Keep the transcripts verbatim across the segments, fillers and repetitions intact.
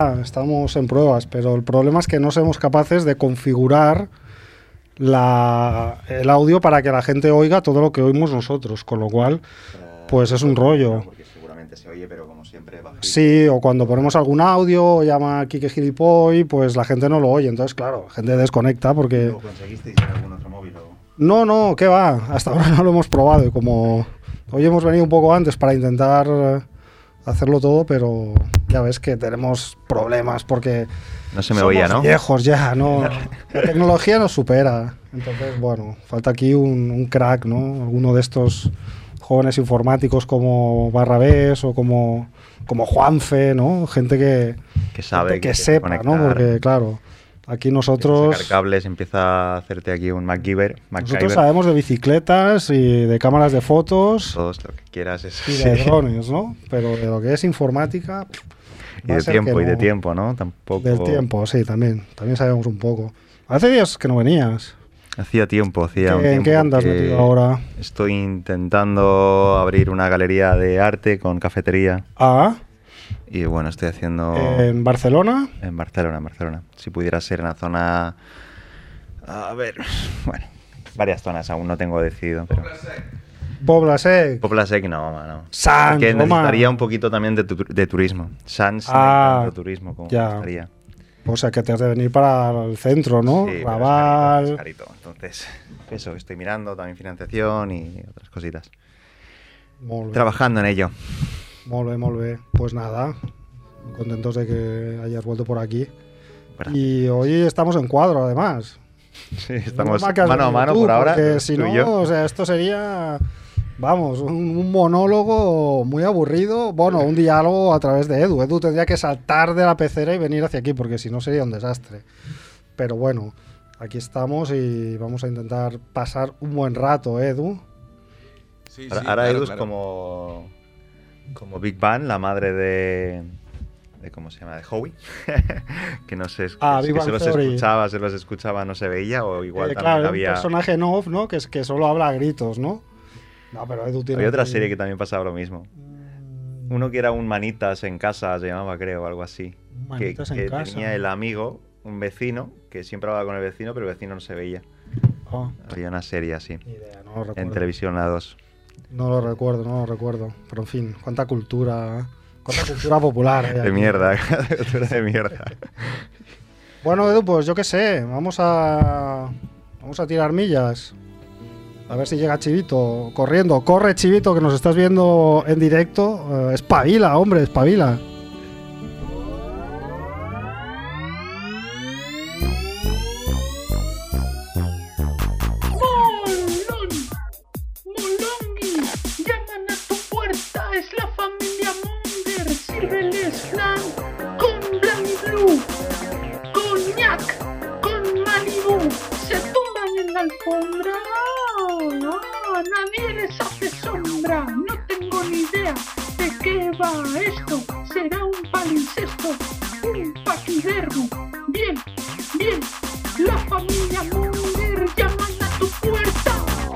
estamos en pruebas, pero el problema es que no somos capaces de configurar la, el audio para que la gente oiga todo lo que oímos nosotros, con lo cual, pues es un rollo. Porque seguramente se oye, pero como siempre bajito. Sí, o cuando ponemos algún audio, o llama a Kike Gilipoy, pues la gente no lo oye, entonces claro, la gente desconecta porque... ¿Lo conseguisteis en algún otro móvil o...? No, no, ¿qué va? Hasta ahora no lo hemos probado y como hoy hemos venido un poco antes para intentar hacerlo todo, pero ya ves que tenemos problemas porque... No se me somos oía, ¿no? viejos ya, ¿no? La tecnología nos supera. Entonces, bueno, falta aquí un, un crack, ¿no? Alguno de estos jóvenes informáticos como Barrabés o como, como Juanfe, ¿no? Gente que, que sabe, gente que, que sepa, conectar. ¿no? Porque, claro, aquí nosotros... Empieza a sacar cables, empieza a hacerte aquí un MacGyver. Nosotros sabemos de bicicletas y de cámaras de fotos. Todos lo que quieras. Es, y de sí. drones, ¿no? Pero de lo que es informática... Y de tiempo, y de tiempo, ¿no? Tampoco... Del tiempo, sí, también. También sabemos un poco. Hace días que no venías. Hacía tiempo, hacía un ¿En tiempo qué andas metido ahora? Estoy intentando abrir una galería de arte con cafetería. Ah. Y bueno, estoy haciendo... ¿En Barcelona? En Barcelona, en Barcelona. Si pudiera ser en la zona... A ver, bueno, varias zonas, aún no tengo decidido, pero... Poblasec. Poblasec no, mano. Sans, que Roma. necesitaría un poquito también de, tu, de turismo. Sans ah, no turismo, como ya. me gustaría. O sea, que te has de venir para el centro, ¿no? Sí, Raval. es carito, es carito. Entonces, eso, estoy mirando también financiación y otras cositas. Molt bé. Trabajando en ello. Molt bé, molt bé. Pues nada, contentos de que hayas vuelto por aquí. Gracias. Y hoy estamos en cuadro, además. Sí, estamos mano a mano tú, por ahora. Porque si no, o sea, esto sería... Vamos, un, un monólogo muy aburrido. Bueno, un diálogo a través de Edu. Edu tendría que saltar de la pecera y venir hacia aquí, porque si no sería un desastre. Pero bueno, aquí estamos y vamos a intentar pasar un buen rato, ¿eh, Edu? Sí, ahora sí, ahora claro, Edu es claro. como, como Big Bang, la madre de... de ¿cómo se llama? De Howie. que no sé, ah, que, Big que Bang se los Theory. escuchaba, se los escuchaba, no se veía, o igual Eh, también claro, había... un personaje en off, ¿no? Que, es, que solo habla a gritos, ¿no? No, pero Edu tiene... Había otra aquí- serie que también pasaba lo mismo. Uno que era un manitas en casa, se llamaba, creo, algo así. Manitas que en que casa. tenía el amigo, un vecino, que siempre hablaba con el vecino, pero el vecino no se veía. Oh, Había una serie así, ni idea, no lo recuerdo. en televisión la dos. No lo recuerdo, no lo recuerdo. Pero en fin, cuánta cultura... Cuánta cultura popular. hay De aquí. mierda, cultura de mierda. Bueno, Edu, pues yo qué sé, vamos a vamos a tirar millas. A ver si llega Chivito corriendo. Corre, Chivito, que nos estás viendo en directo. Eh, espabila, hombre, espabila. ¡Molón! ¡Molongi! ¡Llaman a tu puerta! ¡Es la familia Monger! ¡Sírveles flan con Blanc Blue! ¡Coñac! ¡Con Malibu! ¡Se tumban en la alfombra! ¡Ah! ¡Nadie les hace sombra! ¡No tengo ni idea de qué va esto! ¡Será un palincesto! ¡Un paquidermo! ¡Bien! ¡Bien! ¡La familia Monger llaman a tu puerta!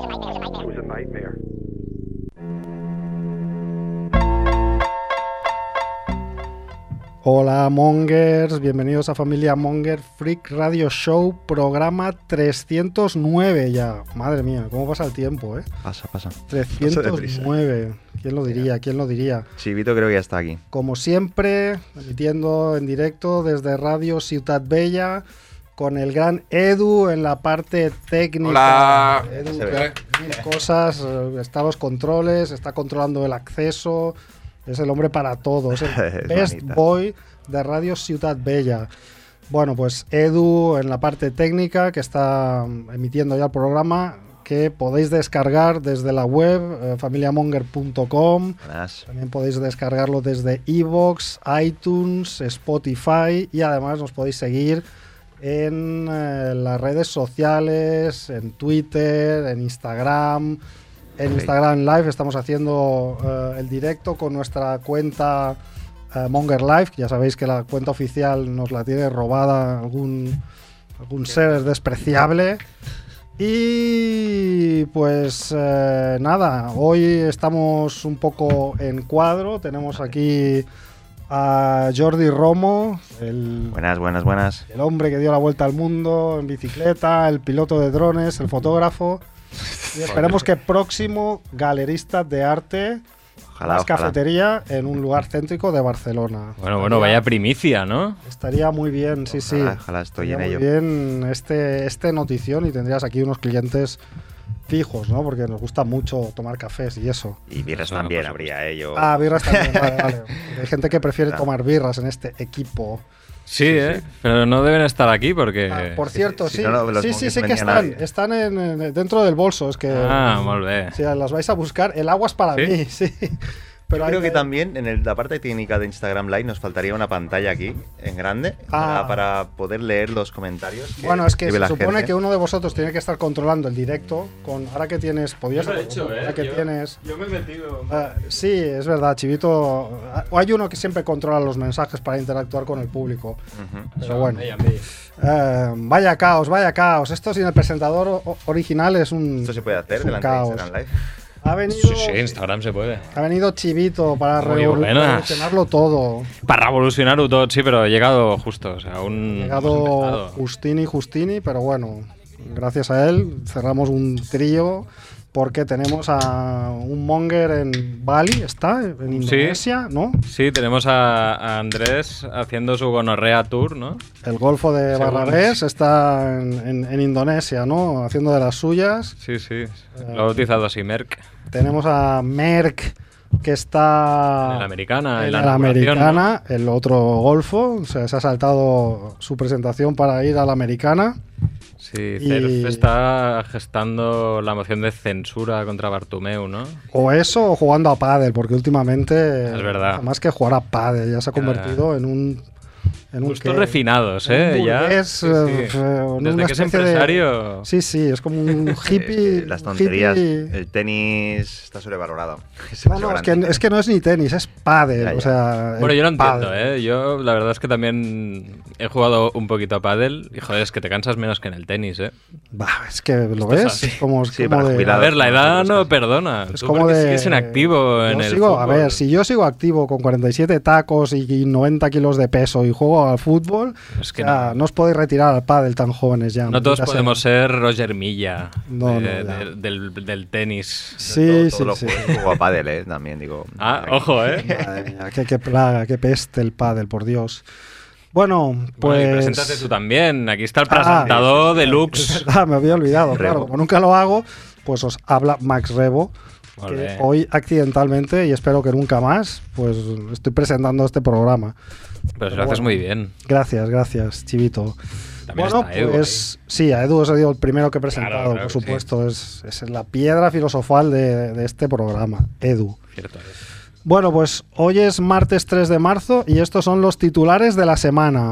Hola, Mongers. Bienvenidos a Familia Monger Freak Radio Show, programa trescientos nueve ya. Madre mía, cómo pasa el tiempo, ¿eh? Pasa, pasa. trescientos nueve. ¿Quién lo diría? ¿Quién lo diría? Chivito creo que ya está aquí. Como siempre, emitiendo en directo desde Radio Ciutat Bella con el gran Edu en la parte técnica. Hola. Edu, Se ve. que hace mil cosas, eh, está a los controles, está controlando el acceso, es el hombre para todo, es el Es best manita. boy de Radio Ciutat Bella. Bueno, pues Edu en la parte técnica que está mm, emitiendo ya el programa, que podéis descargar desde la web eh, familiamonger punto com. Buenas. También podéis descargarlo desde iVoox, iTunes, Spotify y además nos podéis seguir en eh, las redes sociales, en Twitter, en Instagram. En Ok. Instagram Live estamos haciendo eh, el directo con nuestra cuenta eh, Monger Live. Ya sabéis que la cuenta oficial nos la tiene robada algún, algún ser despreciable. Y pues eh, nada, hoy estamos un poco en cuadro. Tenemos aquí a Jordi Romo, el, Buenas, buenas, buenas. el hombre que dio la vuelta al mundo en bicicleta, el piloto de drones, el fotógrafo. Y esperemos que próximo galerista de arte, Ojalá, más ojalá. cafetería en un lugar céntrico de Barcelona. Bueno, bueno, vaya primicia, ¿no? Estaría muy bien, sí, sí. Ojalá, ojalá, estoy Estaría en muy ello. bien este, este notición y tendrías aquí unos clientes fijos, ¿no? Porque nos gusta mucho tomar cafés y eso. Y birras Eso no, también por habría ello. Ah, birras también, vale, vale. Hay gente que prefiere Claro. tomar birras en este equipo. Sí, ¿eh? Pero no deben estar aquí porque... Ah, por cierto, si sí, no, no, los sí, sí, monjes sí no que venía están. nadie. Están en, en- dentro del bolso. Es que Ah, molt bé. si las vais a buscar, el agua es para ¿Sí? mí, sí. Pero Yo hay creo que también en el- la parte técnica de Instagram Live nos faltaría una pantalla aquí, en grande, Ah. para, para poder leer los comentarios. Bueno, es que escribe se la supone gente. que uno de vosotros tiene que estar controlando el directo. Con ahora que tienes, podías ahora que tienes. Yo me he metido... Ah, sí, es verdad, Chivito. ah, Hay uno que siempre controla los mensajes para interactuar con el público. Ujú. Pero bueno. Eh, vaya caos, vaya caos. Esto sin el presentador o- original es un, Esto se puede hacer es un delante de caos. Instagram Live. Ha venido, Sí, sí, Instagram se puede. ha venido Chivito para Muy revol- buenas. revolucionarlo todo. Para revolucionar todo, sí, pero he llegado justo. O sea, un... Ha llegado Justini, Justini, pero bueno, gracias a él cerramos un trío porque tenemos a un monger en Bali, está en Indonesia, ¿no? Sí, tenemos a, a Andrés haciendo su gonorrea tour, ¿no? El Golfo de Según- Barrabés está en, en- en Indonesia, ¿no? Haciendo de las suyas. Sí, sí. Lo ha bautizado así Merck. Tenemos a Merck, que está En la americana, en en la la inauguración, americana, el otro Golfo. O sea, se ha saltado su presentación para ir a la americana. Sí, Y- Cerf está gestando la moción de censura contra Bartomeu, ¿no? O eso o jugando a pádel, porque últimamente Es verdad. más que jugar a pádel, ya se ha Ya. convertido en un en un Gustos qué? refinados, Un ¿eh? Ya. burgués, Sí, eh, sí. eh, en Desde una que es especie de- empresario. Sí, sí, es como un hippie. Eh, las tonterías. hippie- El tenis está sobrevalorado. No, no, es que, es que no es ni tenis, es pádel. Ya, ya. O sea, Bueno, el yo lo entiendo, pádel. ¿eh? Yo la verdad es que también he jugado un poquito a pádel y joder, es que te cansas menos que en el tenis, ¿eh? Bah, es que lo Esto ves, es es así. como, es Sí, como para de. A jubilados. ver, la como edad nosotros, no casi. perdona. Es Tú como porque de. sigues en activo en yo el sigo, a fútbol. ver, si yo sigo activo con cuarenta y siete tacos y noventa kilos de peso y juego al fútbol, Es que o sea, no. no os podéis retirar al pádel tan jóvenes ya. No todos maldita sea. podemos ser Roger Milla No, de- no, ya. de- del, del tenis. Sí, Todo- sí, todo lo sí. juego- juego a pádel, eh, también digo. Ah, ojo, ¿eh? Madre mía, qué, qué plaga, qué peste el pádel, por Dios. Bueno, pues. Bueno, y preséntate tú también. Aquí está el Ah, presentador Es deluxe. verdad, me había olvidado, claro. Rebo. Como nunca lo hago, pues os habla Max Rebo. Que Ole. hoy accidentalmente, y espero que nunca más, pues estoy presentando este programa. Pero si Pero lo haces bueno. muy bien. Gracias, gracias, Chivito. También bueno, está Edu pues sí, a Edu he sido el primero que he presentado, Claro, claro por que supuesto. Es, es la piedra filosofal de, de este programa, Edu. ahí. Cierto es. Bueno, pues hoy es martes tres de marzo y estos son los titulares de la semana.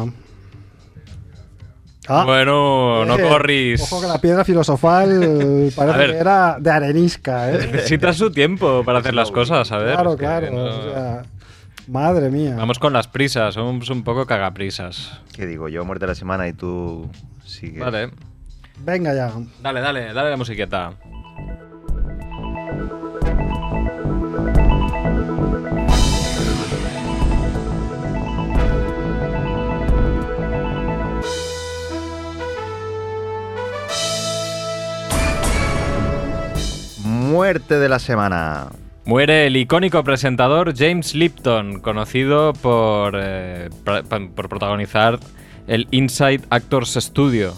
Ah, Bueno, no eh, corris. Ojo que la piedra filosofal parece A ver. que era de arenisca, ¿eh? Necesitas su tiempo para hacer las cosas, a ver. Claro, es que claro. no- o sea, madre mía. Vamos con las prisas, somos un poco cagaprisas. ¿Qué digo? Yo muerte de la semana y tú sigues. Vale. Venga ya. Dale, dale, dale la musiqueta. Muerte de la semana. Muere el icónico presentador James Lipton, conocido por, eh, pra- pa- por protagonizar el Inside Actors Studio.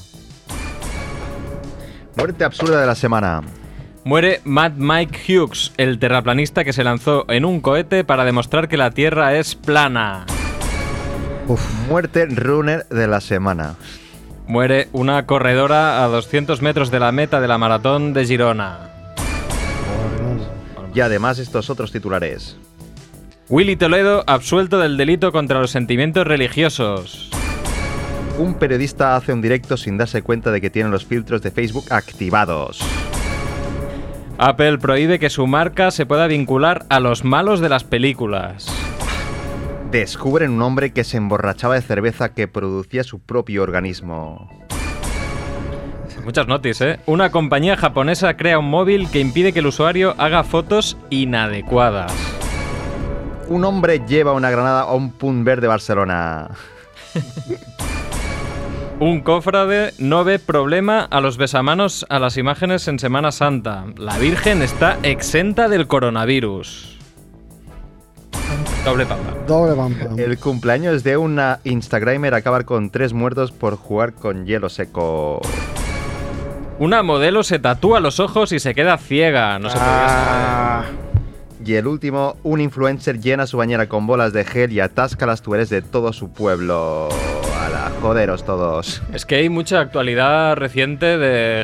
Muerte absurda de la semana. Muere Mad Mike Hughes, el terraplanista que se lanzó en un cohete para demostrar que la Tierra es plana. Uf, Muerte runner de la semana. Muere una corredora a doscientos metros de la meta de la maratón de Girona. Y además estos otros titulares. Willy Toledo absuelto del delito contra los sentimientos religiosos. Un periodista hace un directo sin darse cuenta de que tiene los filtros de Facebook activados. Apple prohíbe que su marca se pueda vincular a los malos de las películas. Descubren un hombre que se emborrachaba de cerveza que producía su propio organismo. Muchas noticias, ¿eh? Una compañía japonesa crea un móvil que impide que el usuario haga fotos inadecuadas. Un hombre lleva una granada a un punt verde de Barcelona. Un cofrade no ve problema a los besamanos a las imágenes en Semana Santa. La Virgen está exenta del coronavirus. Doble pampa. Doble pampa. El cumpleaños de una Instagramer acaba con tres muertos por jugar con hielo seco. Una modelo se tatúa los ojos y se queda ciega. No se podía Ah, Y el último, un influencer llena su bañera con bolas de gel y atasca las tuberías de todo su pueblo. ¡Hala, joderos todos! Es que hay mucha actualidad reciente de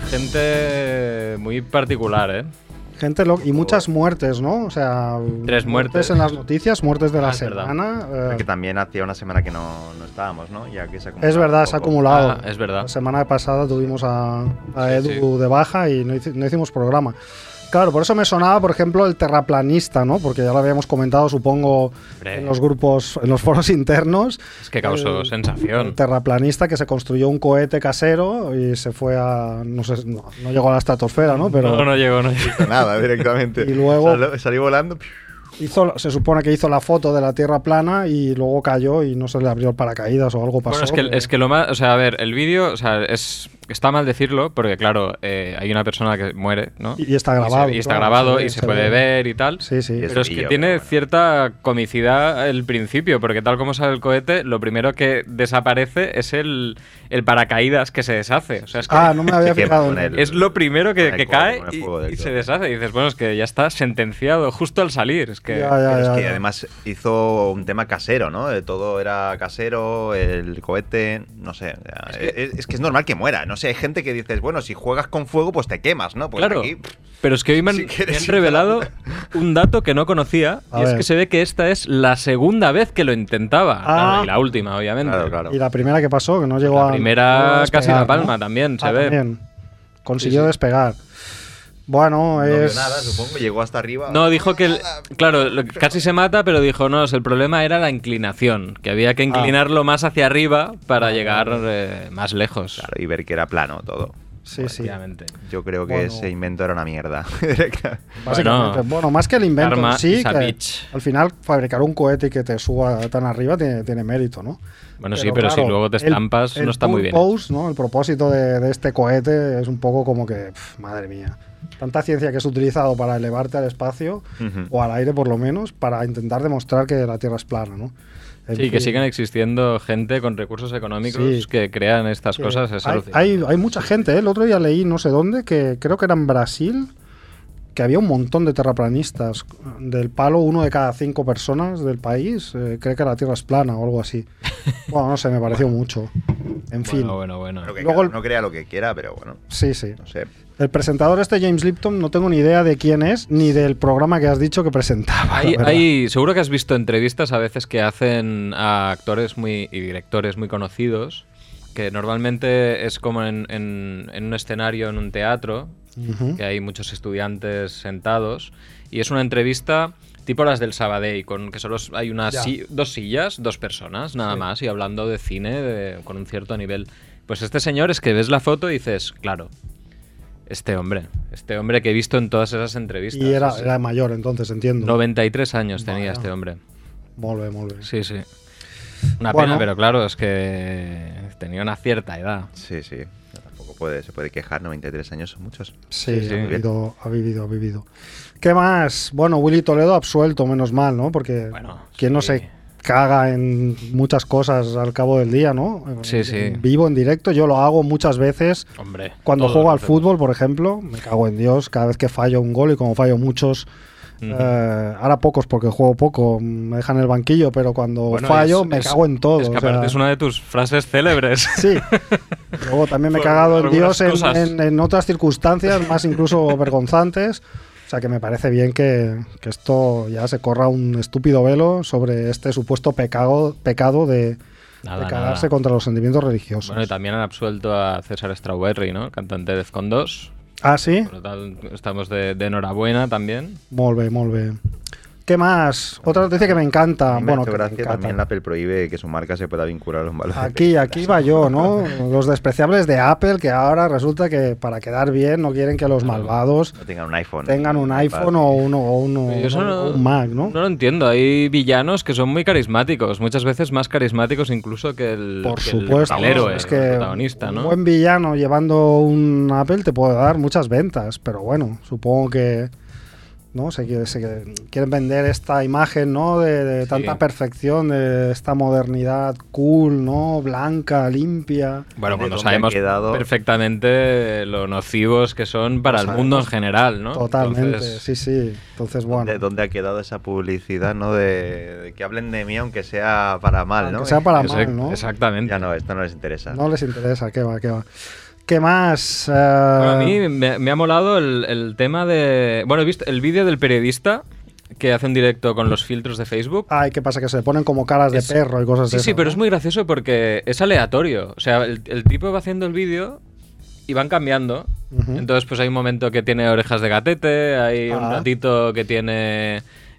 gente muy particular, ¿eh? gente lo- y muchas muertes, ¿no? O sea, Tres muertes. en las noticias, muertes de la Ah, es verdad. semana. eh, Porque también hacía una semana que no, no estábamos, ¿no? Ya que se acumula es verdad, un se ha poco. acumulado. Ah, es verdad. La semana pasada tuvimos a, a Sí, Edu sí. de baja y no, hici- no hicimos programa. Claro, por eso me sonaba, por ejemplo, el terraplanista, ¿no? Porque ya lo habíamos comentado, supongo, Hombre. en los grupos, en los foros internos. Es que causó El- sensación. El terraplanista que se construyó un cohete casero y se fue a. No sé, no, no llegó a la estratosfera, ¿no? Pero No, no llegó, no llegó. Nada, directamente. Y luego- Sal- salí volando. hizo, se supone que hizo la foto de la Tierra plana y luego cayó y no se le abrió el paracaídas o algo pasó. Bueno, es que, que- es que lo más. O sea, a ver, el vídeo. O sea, es. Está mal decirlo, porque claro, eh, hay una persona que muere, ¿no? Y- y está se- grabado, Y, está claro, grabado se ve, y se, se puede ve. ver y tal. Sí, sí. Y es Pero es que pillo, tiene pero bueno. cierta comicidad el principio, porque tal como sale el cohete, lo primero que desaparece es el, el paracaídas que se deshace. O sea, es que Ah, no me había Se quema fijado con en él. él. es lo primero que, Con que el cae fuego, con el y, fuego del y se todo. deshace. Y dices, bueno, es que ya está sentenciado justo al salir. Es que. Ya, ya, Pero es ya, que ya. además hizo un tema casero, ¿no? De todo era casero, el cohete, no sé. Es que, es, es que es normal que muera. No sé, hay gente que dices, bueno, si juegas con fuego, pues te quemas, ¿no? Pues Claro, aquí, pff, pero es que hoy me han, si quieres me han ir a la revelado puta. un dato que no conocía, A y es ver. que se ve que esta es la segunda vez que lo intentaba. Ah. Claro, y la última, obviamente. claro, claro. Y la primera que pasó, que no llegó a. La no primera llegó a casi despegar, la palma ¿no? también, se Ah, ve. también. Consiguió Sí, sí. despegar. Bueno, No es. vio nada, supongo, llegó hasta arriba. No, dijo que, el- claro, lo- casi se mata, pero dijo, no, el problema era la inclinación, que había que Ah. inclinarlo más hacia arriba para llegar eh, más lejos. Claro, y ver que era plano todo. Sí, sí. Efectivamente. Yo creo que Bueno. ese invento era una mierda. Básicamente. Bueno, más que el invento en Karma sí, is a que bitch. al final fabricar un cohete y que te suba tan arriba tiene, tiene mérito, ¿no? Bueno, sí, pero si luego te el- estampas, el no está muy bien. purpose, ¿no? El propósito de, de este cohete es un poco como que, pf, madre mía, tanta ciencia que es utilizado para elevarte al espacio, Ujú. o al aire por lo menos, para intentar demostrar que la Tierra es plana, ¿no? En Sí, que fin. sigan existiendo gente con recursos económicos Sí. que crean estas Que cosas. Es hay, alucinante. hay, hay mucha gente, ¿eh? El otro día leí no sé dónde, que creo que era en Brasil, que había un montón de terraplanistas. Del palo, uno de cada cinco personas del país eh, cree que la Tierra es plana o algo así. Bueno, no sé, me pareció mucho. En fin. Bueno, bueno, bueno. Pero que Luego cada el- uno crea lo que quiera, pero bueno, Sí, sí. no sé. El presentador este, James Lipton, no tengo ni idea de quién es, ni del programa que has dicho que presentaba. Hay, la verdad. hay- seguro que has visto entrevistas a veces que hacen a actores muy y directores muy conocidos, que normalmente es como en, en- en un escenario, en un teatro, Ujú. que hay muchos estudiantes sentados, y es una entrevista tipo las del Sabadell, con que solo hay unas Ya. si- dos sillas, dos personas, nada Sí. más, y hablando de cine de- con un cierto nivel. Pues este señor es que ves la foto y dices, claro, este hombre, este hombre que he visto en todas esas entrevistas. Y era, es- era mayor, entonces entiendo. noventa y tres años tenía Vaya. este hombre. Molt bé, molt bé. Sí, sí. Una Bueno. pena, pero claro, es que tenía una cierta edad. Sí, sí. Tampoco puede, se puede quejar, noventa y tres años son muchos. Sí, Sí, sí. ha, vivido, ha vivido, ha vivido. ¿Qué más? Bueno, Willy Toledo absuelto, menos mal, ¿no? Porque Bueno, quién no sí. se caga en muchas cosas al cabo del día, ¿no? Sí, sí. En vivo, en directo, yo lo hago muchas veces. Hombre. Cuando todos juego lo al hacemos. fútbol, por ejemplo, me cago en Dios cada vez que fallo un gol y como fallo muchos, Ujú. eh, ahora pocos porque juego poco, me dejan en el banquillo, pero cuando Bueno, fallo es- me es- cago en todo. Es que o sea, aparte es una de tus frases célebres. Sí. Luego también me he Por cagado en algunas Dios en, cosas. en- en otras circunstancias más incluso vergonzantes. O sea que me parece bien que, que esto ya se corra un estúpido velo sobre este supuesto pecado, pecado de, Nada, de cagarse nada. contra los sentimientos religiosos. Bueno, y también han absuelto a César Strawberry, ¿no? Cantante de Defcon dos. Ah, sí? Por lo tal, estamos de, de enhorabuena también. Molt bé, molt bé. ¿Qué más? Otra noticia que me encanta. A mí me ha Bueno, hecho que me gracia encanta. también Apple prohíbe que su marca se pueda vincular a los valores. Aquí, aquí va yo, ¿no? Los despreciables de Apple que ahora resulta que para quedar bien no quieren que los malvados No tengan un iPhone. tengan un iPhone o, uno, o, uno, Yo eso o no- un Mac, ¿no? No lo entiendo. Hay villanos que son muy carismáticos, muchas veces más carismáticos incluso que el, Por que el- supuesto. el héroe, es el que protagonista, un ¿no? buen villano llevando un Apple te puede dar muchas ventas, pero bueno, supongo que no se, quiere- se quiere- quieren vender esta imagen, ¿no? De, de tanta Sí. perfección, de esta modernidad cool, ¿no? Blanca, limpia. Bueno, ¿De cuando dónde ha sabemos quedado? perfectamente lo nocivos que son para Lo el mundo en sabemos general, ¿no? Totalmente, Entonces, sí, sí. Entonces, bueno, ¿Dónde, dónde ha quedado esa publicidad, no? De, de que hablen de mí aunque sea para mal, ¿no? aunque sea para exact- mal, ¿no? Exactamente. Ya no, esto no les interesa. No les interesa, qué va, qué va. ¿Qué más? Eh, Bueno, a mí me, me ha molado el, el tema de... Bueno, he visto el vídeo del periodista que hace un directo con los filtros de Facebook. Ay, ¿qué pasa? Que se le ponen como caras de Es- perro y cosas Sí, de sí, esas, pero ¿no? es muy gracioso porque es aleatorio. O sea, el, el tipo va haciendo el vídeo y van cambiando. Ujú. Entonces, pues hay un momento que tiene orejas de gatete, hay un Ah. ratito que tiene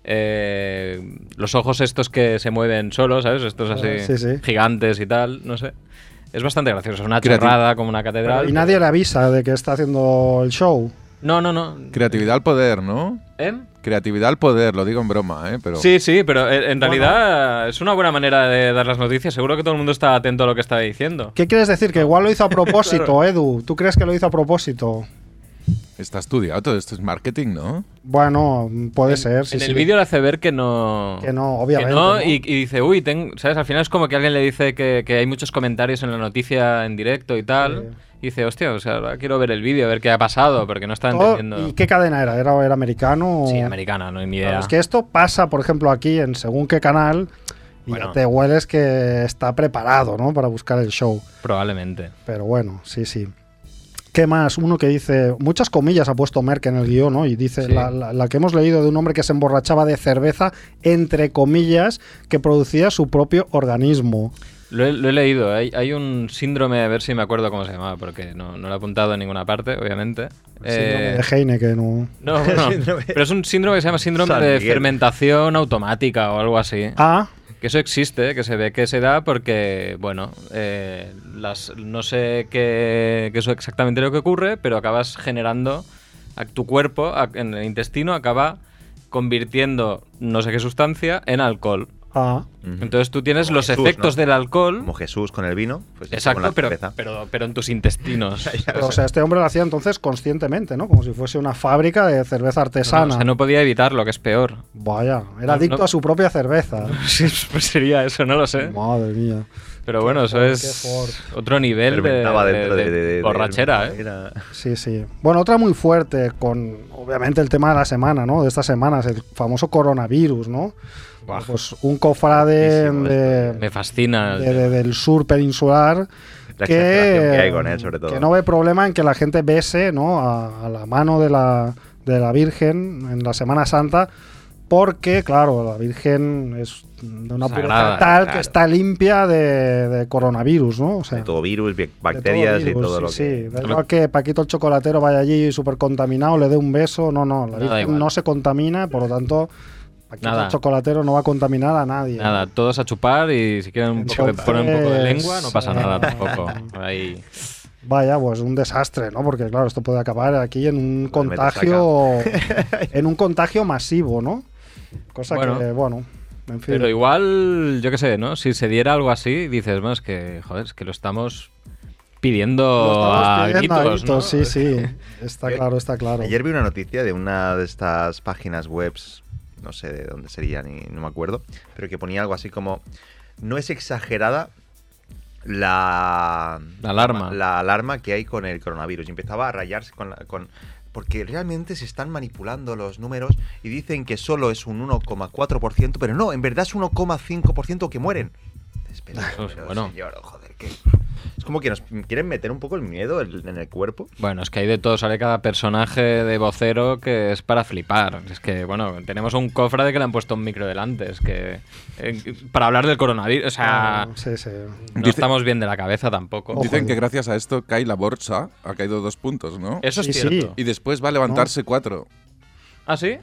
eh, los ojos estos que se mueven solos, ¿sabes? Estos así Ah, sí, sí. gigantes y tal, no sé. Es bastante gracioso, es una Creati- chorrada como una catedral. Y nadie le avisa de que está haciendo el show. No, no, no. Creatividad al poder, ¿no? ¿Eh? Creatividad al poder, lo digo en broma, ¿eh? Pero Sí, sí, pero en, en Bueno. realidad es una buena manera de dar las noticias. Seguro que todo el mundo está atento a lo que está diciendo. ¿Qué quieres decir? Que igual lo hizo a propósito, Claro. Edu. ¿Tú crees que lo hizo a propósito? está estudiado, todo esto es marketing, ¿no? Bueno, puede ser, sí, en el sí. vídeo le hace ver que no. Que no, obviamente, que no, ¿no? Y, y dice, uy, ten- ¿sabes? Al final es como que alguien le dice que, que hay muchos comentarios en la noticia en directo y tal. Sí. Y dice, hostia, o sea, ahora quiero ver el vídeo, a ver qué ha pasado, porque no está Todo- entendiendo. ¿Y qué cadena era? ¿Era, era americano? o- Sí, americana, no hay ni Claro, idea. es que esto pasa, por ejemplo, aquí en según qué canal y Bueno. ya te hueles que está preparado, ¿no? Para buscar el show. Probablemente. Pero bueno, sí, sí. ¿Qué más? Uno que dice, muchas comillas ha puesto Merck en el guión, ¿no? Y dice, Sí. la, la- la que hemos leído de un hombre que se emborrachaba de cerveza, entre comillas, que producía su propio organismo. Lo he, lo he leído, hay, hay un síndrome, a ver si me acuerdo cómo se llamaba, porque no, no lo he apuntado en ninguna parte, obviamente. Síndrome Eh, de Heineken, ¿no? No, no, Síndrome- pero es un síndrome que se llama síndrome San de Miguel. fermentación automática o algo así. Ah, Que eso existe, que se ve que se da porque, bueno, eh, las, no sé qué, qué es exactamente lo que ocurre, pero acabas generando, a- tu cuerpo a- en el intestino acaba convirtiendo no sé qué sustancia en alcohol. ah. Ujú. Entonces tú tienes Como los Jesús, efectos ¿no? del alcohol, Como Jesús con el vino. Pues esto exacto, con la pero, cerveza. pero, pero en tus intestinos. Pero, o sea, este hombre lo hacía entonces conscientemente, ¿no? Como si fuese una fábrica de cerveza artesana. O sea, no podía evitarlo, que es peor. Vaya, era No, adicto no. a su propia cerveza. Sí, pues sería eso, no lo sé. Madre mía. Pero bueno, eso Qué es fuerte. otro nivel de, Fermentaba de- dentro de de, de- de- borrachera, de- ¿eh? era- Sí, sí. Bueno, otra muy fuerte con, obviamente, el tema de la semana, ¿no? De estas semanas, el famoso coronavirus, ¿no? Buah. Pues un cofrade Fuertísimo de, Me fascina. el de- de- del sur peninsular La que, exageración que hay con él, sobre todo. que no ve problema en que la gente bese, ¿no? A, a la mano de la, de la Virgen en la Semana Santa, porque, claro, la Virgen es de una pureza Sagrada, tal claro. que está limpia de, de coronavirus, ¿no? O sea, De todo virus, bi- de todo bacterias virus, y todo sí, lo que. sí. Da igual que Paquito el chocolatero vaya allí súper contaminado, le dé un beso. No, no, la Nada Virgen igual. no se contamina, por lo tanto, Paquito Nada. el chocolatero no va a contaminar a nadie. Nada, todos a chupar y si quieren un poco de, Entonces, poner un poco de lengua, no pasa eh, nada tampoco. Ahí. Vaya, pues un desastre, ¿no? Porque claro, esto puede acabar aquí en un Pues me te contagio, en un contagio masivo, ¿no? Cosa Bueno. que, bueno, en fin. Pero igual, yo qué sé, ¿no? Si se diera algo así, dices, bueno, es que, joder, es que lo estamos pidiendo, Lo estamos a pidiendo a gritos, ¿no? gritos, sí, sí. Está Eh, claro, está claro. Ayer vi una noticia de una de estas páginas webs, no sé de dónde sería, ni no me acuerdo, pero que ponía algo así como: no es exagerada la, La alarma. la alarma que hay con el coronavirus. Y empezaba a rayarse con, la- con porque realmente se están manipulando los números y dicen que solo es un uno coma cuatro por ciento, pero no, en verdad es uno coma cinco por ciento que mueren. Espera, Pues, pero, bueno. señor, joder, que es como que nos quieren meter un poco el miedo en en el cuerpo. Bueno, es que hay de todo, sale cada personaje de vocero que es para flipar. Es que, bueno, tenemos un cofrade que le han puesto un micro delante. Es que, eh, para hablar del coronavirus, o sea, Ah, sí, sí. no Dice- estamos bien de la cabeza tampoco. Ojo. Dicen que gracias a esto cae la bolsa, ha caído dos puntos, ¿no? Eso es Sí, sí. cierto. Y después va a levantarse cuatro. ¿Ah, sí?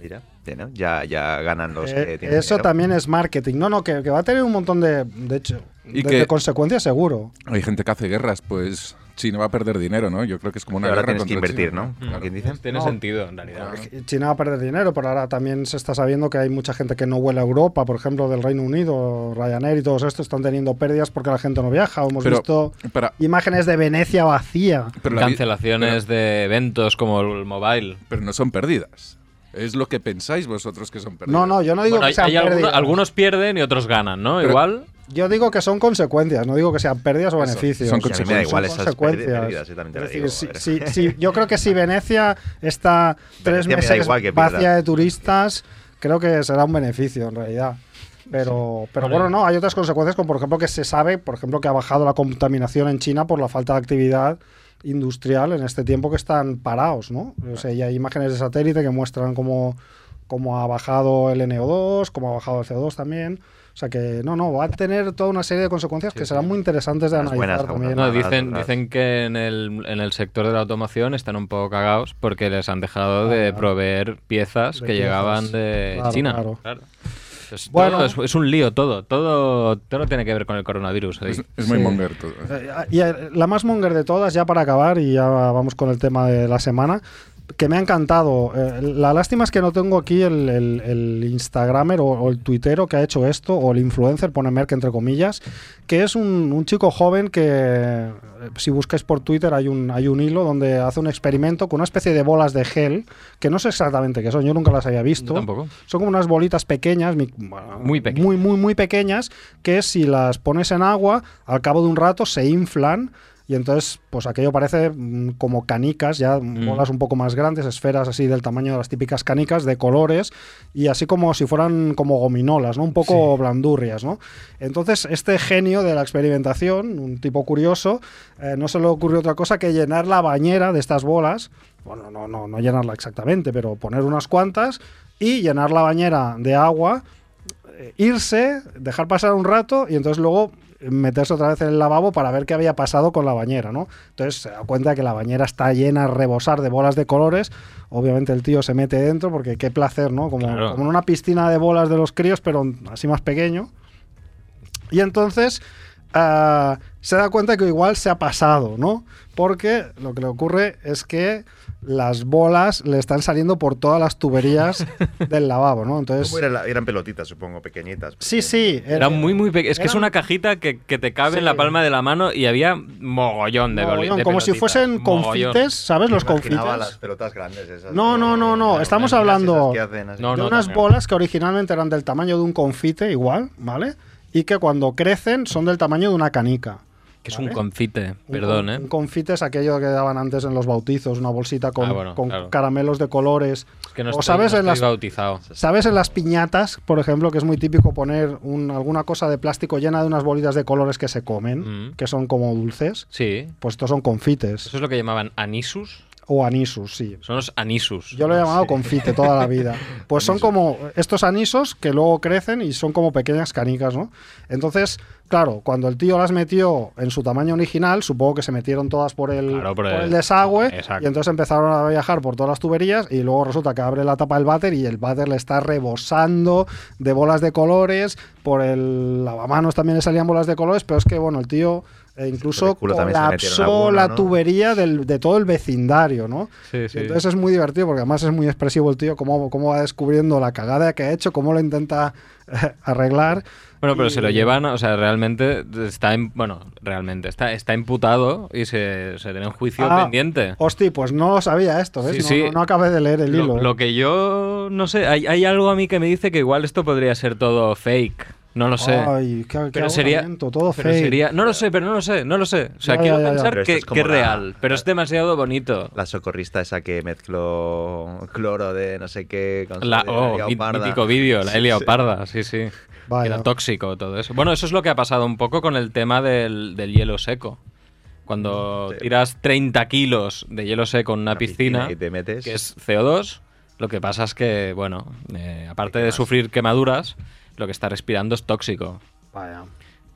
Mira, ya, ¿no? ya, ya ganan los Eh, que tienen eso dinero. también es marketing. No, no, que, que va a tener un montón de, de hecho, Y de, que- de consecuencias seguro. Hay gente que hace guerras, pues China va a perder dinero, ¿no? Yo creo que es como una Pero ahora guerra tienes que contra invertir, China, ¿no? Claro. ¿Quién dice? Tiene No. sentido, en realidad. China va a perder dinero, pero ahora también se está sabiendo que hay mucha gente que no vuela a Europa, por ejemplo, del Reino Unido, Ryanair y todos estos están teniendo pérdidas porque la gente no viaja. Hemos Pero, visto para- imágenes de Venecia vacía. pero, la vi- Cancelaciones de eventos como el mobile. pero no son pérdidas. Es lo que pensáis vosotros que son pérdidas. No, no, yo no digo Bueno, que hay, sean hay algunos, pérdidas. algunos pierden y otros ganan, ¿no? Pero- Igual. Yo digo que son consecuencias, no digo que sean pérdidas o Eso, beneficios. son Sí, a mí me da igual Son esas consecuencias. pérdidas, yo también te lo Es digo, decir, joder. si- si- si- yo creo que si Venecia está tres Venecia me da meses igual que pierda. vacía de turistas, creo que será un beneficio en realidad. Pero, pero Vale. bueno, no, hay otras consecuencias, como por ejemplo que se sabe, por ejemplo, que ha bajado la contaminación en China por la falta de actividad industrial en este tiempo que están parados, ¿no? O sea, y hay imágenes de satélite que muestran cómo, cómo ha bajado el N O dos, cómo ha bajado el C O dos también. O sea que no, no, va a tener toda una serie de consecuencias que serán muy interesantes de Unas analizar buenas, también. No, Nada, dicen, nada. dicen que en el, en el sector de la automoción están un poco cagados porque les han dejado de Ah, proveer piezas de que piezas. llegaban de Claro, China. claro. Entonces, Bueno. todo es, es un lío todo. Todo, todo tiene que ver con el coronavirus. ahí. Es, es muy Sí. monger todo. Eh, Y eh, la más monger de todas, ya para acabar, y ya vamos con el tema de la semana, que me ha encantado. Eh, la lástima es que no tengo aquí el, el, el Instagramer o, o el tuitero que ha hecho esto, o el influencer, pone Merck entre comillas, que es un, un chico joven que, eh, si buscáis por Twitter, hay un, hay un hilo donde hace un experimento con una especie de bolas de gel, que no sé exactamente qué son, yo nunca las había visto. Yo tampoco. Son como unas bolitas pequeñas, mi- bueno, Muy pequeñas. muy, muy, muy pequeñas, que si las pones en agua, al cabo de un rato se inflan y entonces, pues aquello parece mm, como canicas, ya Mm. bolas un poco más grandes, esferas así del tamaño de las típicas canicas, de colores, y así como si fueran como gominolas, ¿no? Un poco blandurrias, ¿no? Entonces, este genio de la experimentación, un tipo curioso, eh, no se le ocurrió otra cosa que llenar la bañera de estas bolas, bueno, no, no, no llenarla exactamente, pero poner unas cuantas y llenar la bañera de agua, eh, irse, dejar pasar un rato y entonces luego meterse otra vez en el lavabo para ver qué había pasado con la bañera, ¿no? Entonces se da cuenta que la bañera está llena a rebosar de bolas de colores. Obviamente el tío se mete dentro porque qué placer, ¿no? Como, Claro. como en una piscina de bolas de los críos, pero así más pequeño. Y entonces ah, se da cuenta que igual se ha pasado, ¿no? Porque lo que le ocurre es que las bolas le están saliendo por todas las tuberías del lavabo, ¿no? Entonces, ¿Cómo era la- eran pelotitas, supongo, pequeñitas. sí, sí. Era muy, muy pequeño. Es que es eran- una cajita que, que te cabe Sí. en la palma de la mano y había mogollón de, boli- mogollón, de como si pelotitas. fuesen Mogollón. confites, ¿sabes? Los Imaginaba confites. las pelotas grandes esas. No, no, no, no, estamos hablando esas que hacen así. No, de no, unas también. bolas que originalmente eran del tamaño de un confite, igual, ¿vale? Y que cuando crecen son del tamaño de una canica. Que es ¿vale? un confite, Un perdón, con- ¿eh? Un confite es aquello que daban antes en los bautizos, una bolsita con, Ah, bueno, con claro. caramelos de colores. Es que no o estoy, sabes no en estoy las bautizado. ¿Sabes en las piñatas, por ejemplo, que es muy típico poner un- alguna cosa de plástico llena de unas bolitas de colores que se comen, Mm. que son como dulces? Sí. Pues estos son confites. Eso es lo que llamaban anisus. O anisus, sí. Son los anisus. Yo lo he llamado confite toda la vida. Pues son como estos anisos que luego crecen y son como pequeñas canicas, ¿no? Entonces, claro, cuando el tío las metió en su tamaño original, supongo que se metieron todas por el, Claro, por por el- el desagüe Exacto. y entonces empezaron a viajar por todas las tuberías y luego resulta que abre la tapa del váter y el váter le está rebosando de bolas de colores, por el lavamanos también le salían bolas de colores, pero es que, bueno, el tío eh, incluso Por el culo también se metieron colapsó alguna, la ¿no? tubería del- de todo el vecindario, ¿no? Sí, sí. Y entonces es muy divertido porque además es muy expresivo el tío, cómo, cómo va descubriendo la cagada que ha hecho, cómo lo intenta eh, arreglar. Bueno, pero Y- se lo llevan, o sea, realmente está, en- bueno, realmente está, está imputado y se, se tiene un juicio Ah, pendiente. Hostia, pues no lo sabía esto, ¿ves? Sí, no, sí. no- no acabé de leer el hilo. Lo, lo que yo no sé, hay, hay algo a mí que me dice que igual esto podría ser todo fake. No lo sé. Ay, qué, qué pero sería, agotamiento, todo pero fake. sería, no lo sé, pero no lo sé, no lo sé. O sea, Ya, quiero ya, ya, ya. pensar Pero esto que, es como que es la- real, pero es la- demasiado bonito. La socorrista esa que mezcló cloro de no sé qué con La, sodio, oh, Elia mí- Oparda. mítico vídeo, la Sí, Elia sí. Oparda, sí, sí. Vaya. Era tóxico todo eso. Bueno, eso es lo que ha pasado un poco con el tema del, del hielo seco. Cuando Sí. tiras treinta kilos de hielo seco en una, Una piscina, y te metes. que es C O dos, lo que pasa es que, bueno, eh, aparte ¿Qué de más? sufrir quemaduras, lo que está respirando es tóxico. Vaya.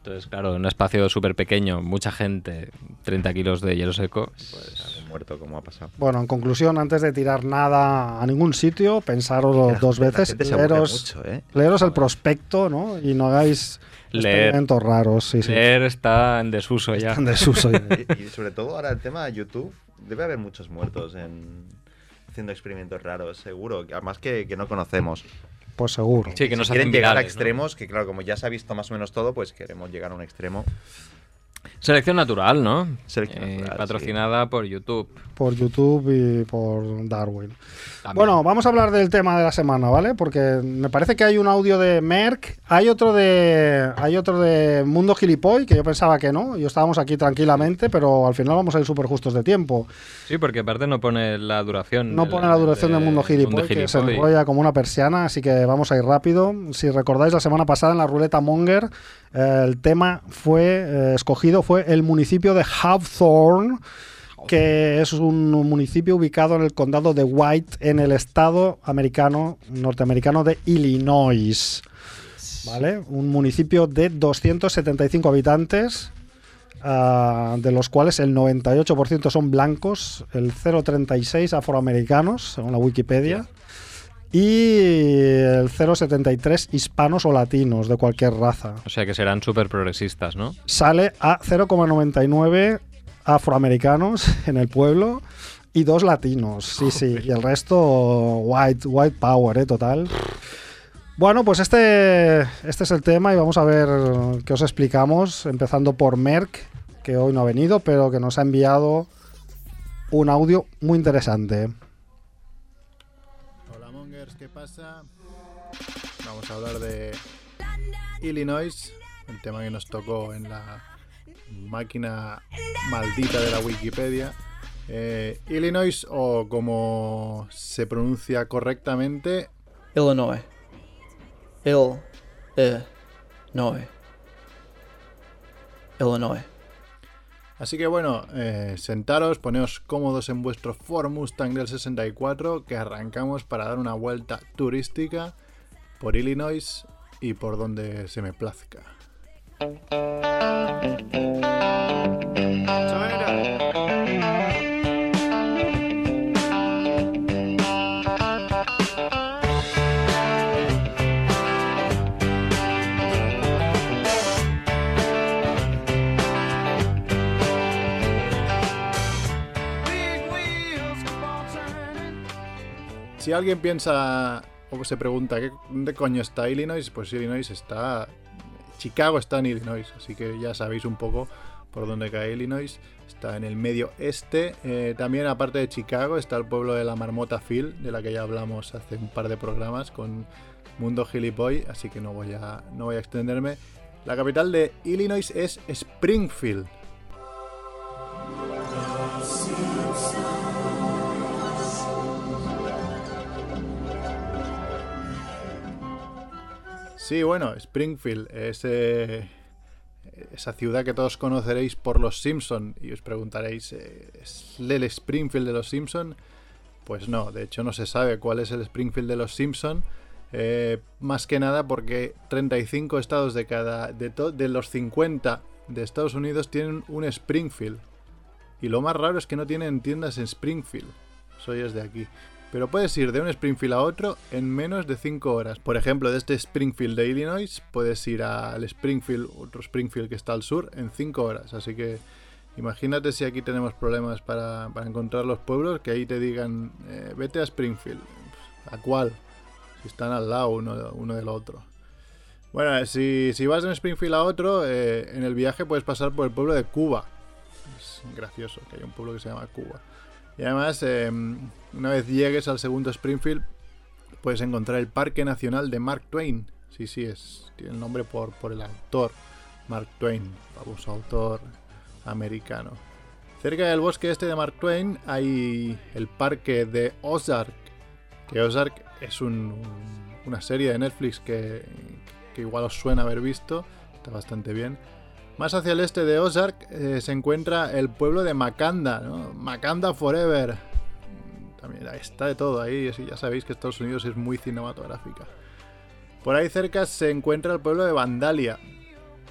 Entonces, claro, en un espacio súper pequeño, mucha gente, treinta kilos de hielo seco, Pues muerto, como ha pasado. Bueno, en conclusión, antes de tirar nada a ningún sitio, pensároslo La- dos la veces, gente se aburre leeros, mucho, ¿eh? leeros el prospecto, ¿no? Y no hagáis Leer. experimentos raros. Sí, sí. leer está en desuso ya. En desuso. Y, y sobre todo ahora el tema de YouTube, debe haber muchos muertos en haciendo experimentos raros, seguro. Además que, que no conocemos. Pues seguro. Sí, que Si nos quieren hacen llegar a virales, ¿no? extremos, que claro, como ya se ha visto más o menos todo, pues queremos llegar a un extremo. Selección natural, ¿no? Selección Eh, natural, patrocinada por YouTube. Por YouTube y por Darwin. También. Bueno, vamos a hablar del tema de la semana, ¿vale? Porque me parece que hay un audio de Merck, hay otro de hay otro de Mundo Gilipoy, que yo pensaba que no, yo estábamos aquí tranquilamente, pero al final vamos a ir súper justos de tiempo. Sí, porque aparte no pone la duración. No del- pone la duración de- del Mundo Gilipoy, Mundo que se Gilipoy. enrolla como una persiana, así que vamos a ir rápido. Si recordáis, la semana pasada en la ruleta Monger, eh, el tema fue eh, escogido fue el municipio de Hawthorne, que es un municipio ubicado en el condado de White, en el estado americano, norteamericano de Illinois. ¿Vale? Un municipio de doscientos setenta y cinco habitantes, uh, de los cuales el noventa y ocho por ciento son blancos, el cero coma treinta y seis afroamericanos, según la Wikipedia, y el cero coma setenta y tres hispanos o latinos de cualquier raza. O sea que serán súper progresistas, ¿no? Sale a cero coma noventa y nueve afroamericanos en el pueblo y dos latinos, sí, sí, y el resto white, white power, ¿eh? Total. Bueno, pues este, este es el tema y vamos a ver qué os explicamos, empezando por Merck, que hoy no ha venido, pero que nos ha enviado un audio muy interesante. Hola Mongers, ¿qué pasa? Vamos a hablar de Illinois, el tema que nos tocó en la máquina maldita de la Wikipedia. Eh, Illinois, o como se pronuncia correctamente, Illinois. Ill. Eh. Noi. Illinois. Así que bueno, eh, sentaros, poneos cómodos en vuestro Ford Mustang del sesenta y cuatro, que arrancamos para dar una vuelta turística por Illinois y por donde se me plazca. Si alguien piensa o se pregunta ¿qué, ¿dónde coño está Illinois? Pues Illinois está... Chicago está en Illinois, así que ya sabéis un poco por dónde cae Illinois. Está en el medio este. Eh, también, aparte de Chicago, está el pueblo de la Marmota Phil, de la que ya hablamos hace un par de programas con Mundo Gilipoy, así que no voy a, no voy a extenderme. La capital de Illinois es Springfield. Sí, bueno, Springfield es eh, esa ciudad que todos conoceréis por los Simpson y os preguntaréis, eh, ¿es el Springfield de los Simpson? Pues no, de hecho no se sabe cuál es el Springfield de los Simpson, eh, más que nada porque treinta y cinco estados de cada de, to, de los cincuenta de Estados Unidos tienen un Springfield y lo más raro es que no tienen tiendas en Springfield, soy es de aquí. Pero puedes ir de un Springfield a otro en menos de cinco horas. Por ejemplo, de este Springfield de Illinois puedes ir al Springfield, otro Springfield que está al sur, en cinco horas. Así que imagínate si aquí tenemos problemas para, para encontrar los pueblos, que ahí te digan, eh, vete a Springfield. ¿A cuál? Si están al lado uno, uno del otro. Bueno, si, si vas de un Springfield a otro, eh, en el viaje puedes pasar por el pueblo de Cuba. Es gracioso que haya un pueblo que se llama Cuba. Y además, eh, una vez llegues al segundo Springfield, puedes encontrar el Parque Nacional de Mark Twain. Sí, sí, es, tiene el nombre por, por el autor, Mark Twain, famoso autor americano. Cerca del bosque este de Mark Twain hay el parque de Ozark, que Ozark es un, una serie de Netflix que, que igual os suena haber visto, está bastante bien. Más hacia el este de Ozark eh, se encuentra el pueblo de Makanda, ¿no? Makanda Forever. También está de todo ahí, ya sabéis que Estados Unidos es muy cinematográfica. Por ahí cerca se encuentra el pueblo de Vandalia,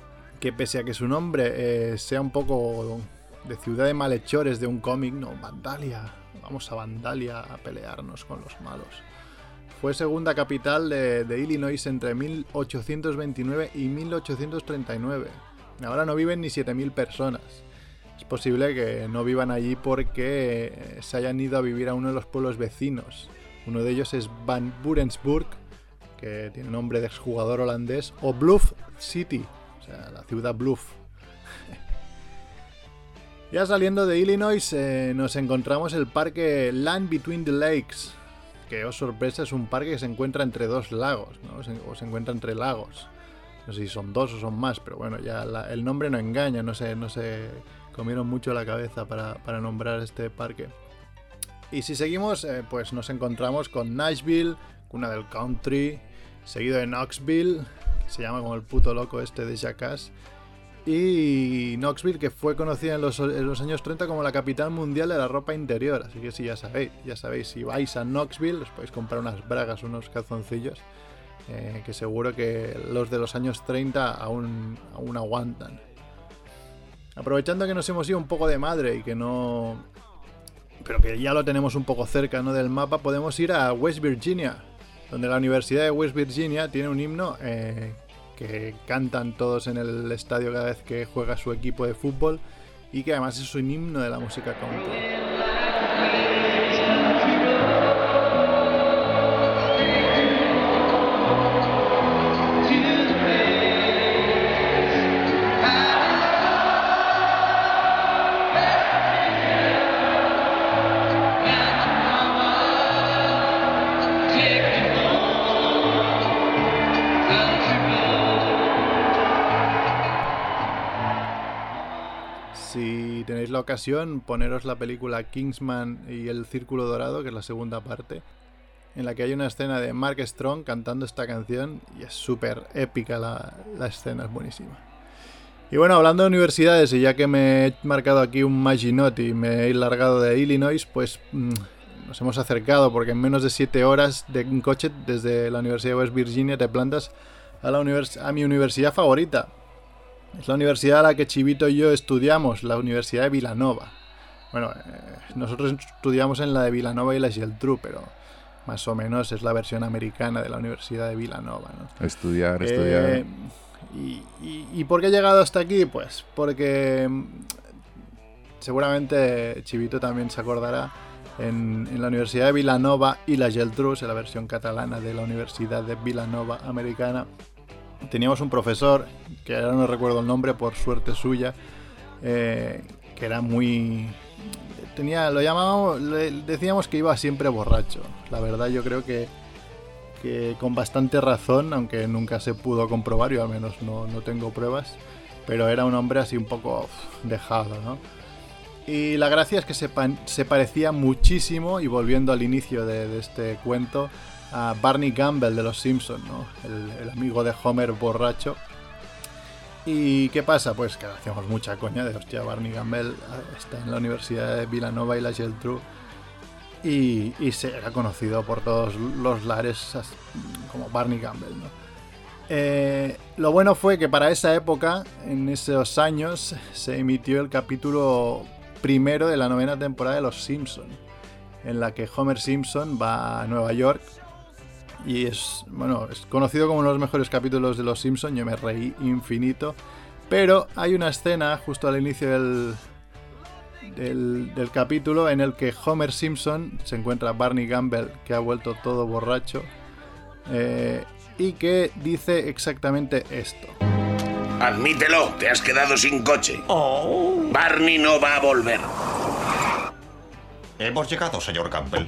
que pese a que su nombre eh, sea un poco de ciudad de malhechores de un cómic, no, Vandalia, vamos a Vandalia a pelearnos con los malos. Fue segunda capital de, de Illinois entre mil ochocientos veintinueve y mil ochocientos treinta y nueve. Ahora no viven ni siete mil personas. Es posible que no vivan allí porque se hayan ido a vivir a uno de los pueblos vecinos. Uno de ellos es Van Burensburg, que tiene nombre de exjugador holandés, o Bluff City, o sea, la ciudad Bluff. Ya saliendo de Illinois eh, nos encontramos el parque Land Between the Lakes, que, oh sorpresa, es un parque que se encuentra entre dos lagos, ¿no? Se, o se encuentra entre lagos. No sé si son dos o son más, pero bueno, ya la, el nombre no engaña, no se, no se comieron mucho la cabeza para, para nombrar este parque. Y si seguimos, eh, pues nos encontramos con Nashville, cuna del country, seguido de Knoxville, que se llama como el puto loco este de Jackass, y Knoxville, que fue conocida en los, en los años treinta como la capital mundial de la ropa interior. Así que sí, ya sabéis, ya sabéis, si vais a Knoxville os podéis comprar unas bragas, unos calzoncillos, eh, que seguro que los de los años treinta aún, aún aguantan. Aprovechando que nos hemos ido un poco de madre y que no... pero que ya lo tenemos un poco cerca, ¿no?, del mapa, podemos ir a West Virginia, donde la Universidad de West Virginia tiene un himno eh, que cantan todos en el estadio cada vez que juega su equipo de fútbol, y que además es un himno de la música country. Si tenéis la ocasión, poneros la película Kingsman y el Círculo Dorado, que es la segunda parte, en la que hay una escena de Mark Strong cantando esta canción, y es súper épica la, la escena, es buenísima. Y bueno, hablando de universidades, y ya que me he marcado aquí un Maginot y me he largado de Illinois, pues mmm, nos hemos acercado, porque en menos de siete horas de un coche desde la Universidad de West Virginia te plantas a, la univers- a mi universidad favorita. Es la universidad a la que Chivito y yo estudiamos, la Universidad de Villanova. Bueno, eh, nosotros estudiamos en la de Villanova y la Geltrú, pero más o menos es la versión americana de la Universidad de Villanova, ¿no? Estudiar, Eh, estudiar. y, y, ¿Y por qué he llegado hasta aquí? Pues porque mm, seguramente Chivito también se acordará, en, en la Universidad de Villanova y la Geltrú, en la versión catalana de la Universidad de Villanova americana, teníamos un profesor, que ahora no recuerdo el nombre, por suerte suya, eh, que era muy... tenía lo llamábamos, le decíamos que iba siempre borracho. La verdad, yo creo que, que con bastante razón, aunque nunca se pudo comprobar, yo al menos no, no tengo pruebas, pero era un hombre así un poco uf, dejado, ¿no? Y la gracia es que se, pa- se parecía muchísimo, y volviendo al inicio de, de este cuento, a Barney Gumble de los Simpsons, ¿no? El, el amigo de Homer borracho. ¿Y qué pasa? Pues que hacíamos mucha coña de, hostia, Barney Gumble está en la Universidad de Villanova y la Geltrú, y, y se era conocido por todos los lares como Barney Gumble, ¿no? Eh, lo bueno fue que para esa época, en esos años, se emitió el capítulo primero de la novena temporada de Los Simpson, en la que Homer Simpson va a Nueva York. Y es, bueno, es conocido como uno de los mejores capítulos de Los Simpson. Yo me reí infinito. Pero hay una escena justo al inicio del, del, del capítulo en el que Homer Simpson se encuentra a Barney Gumble, que ha vuelto todo borracho, eh, y que dice exactamente esto. Admítelo, te has quedado sin coche. Barney no va a volver. Hemos llegado, señor Campbell.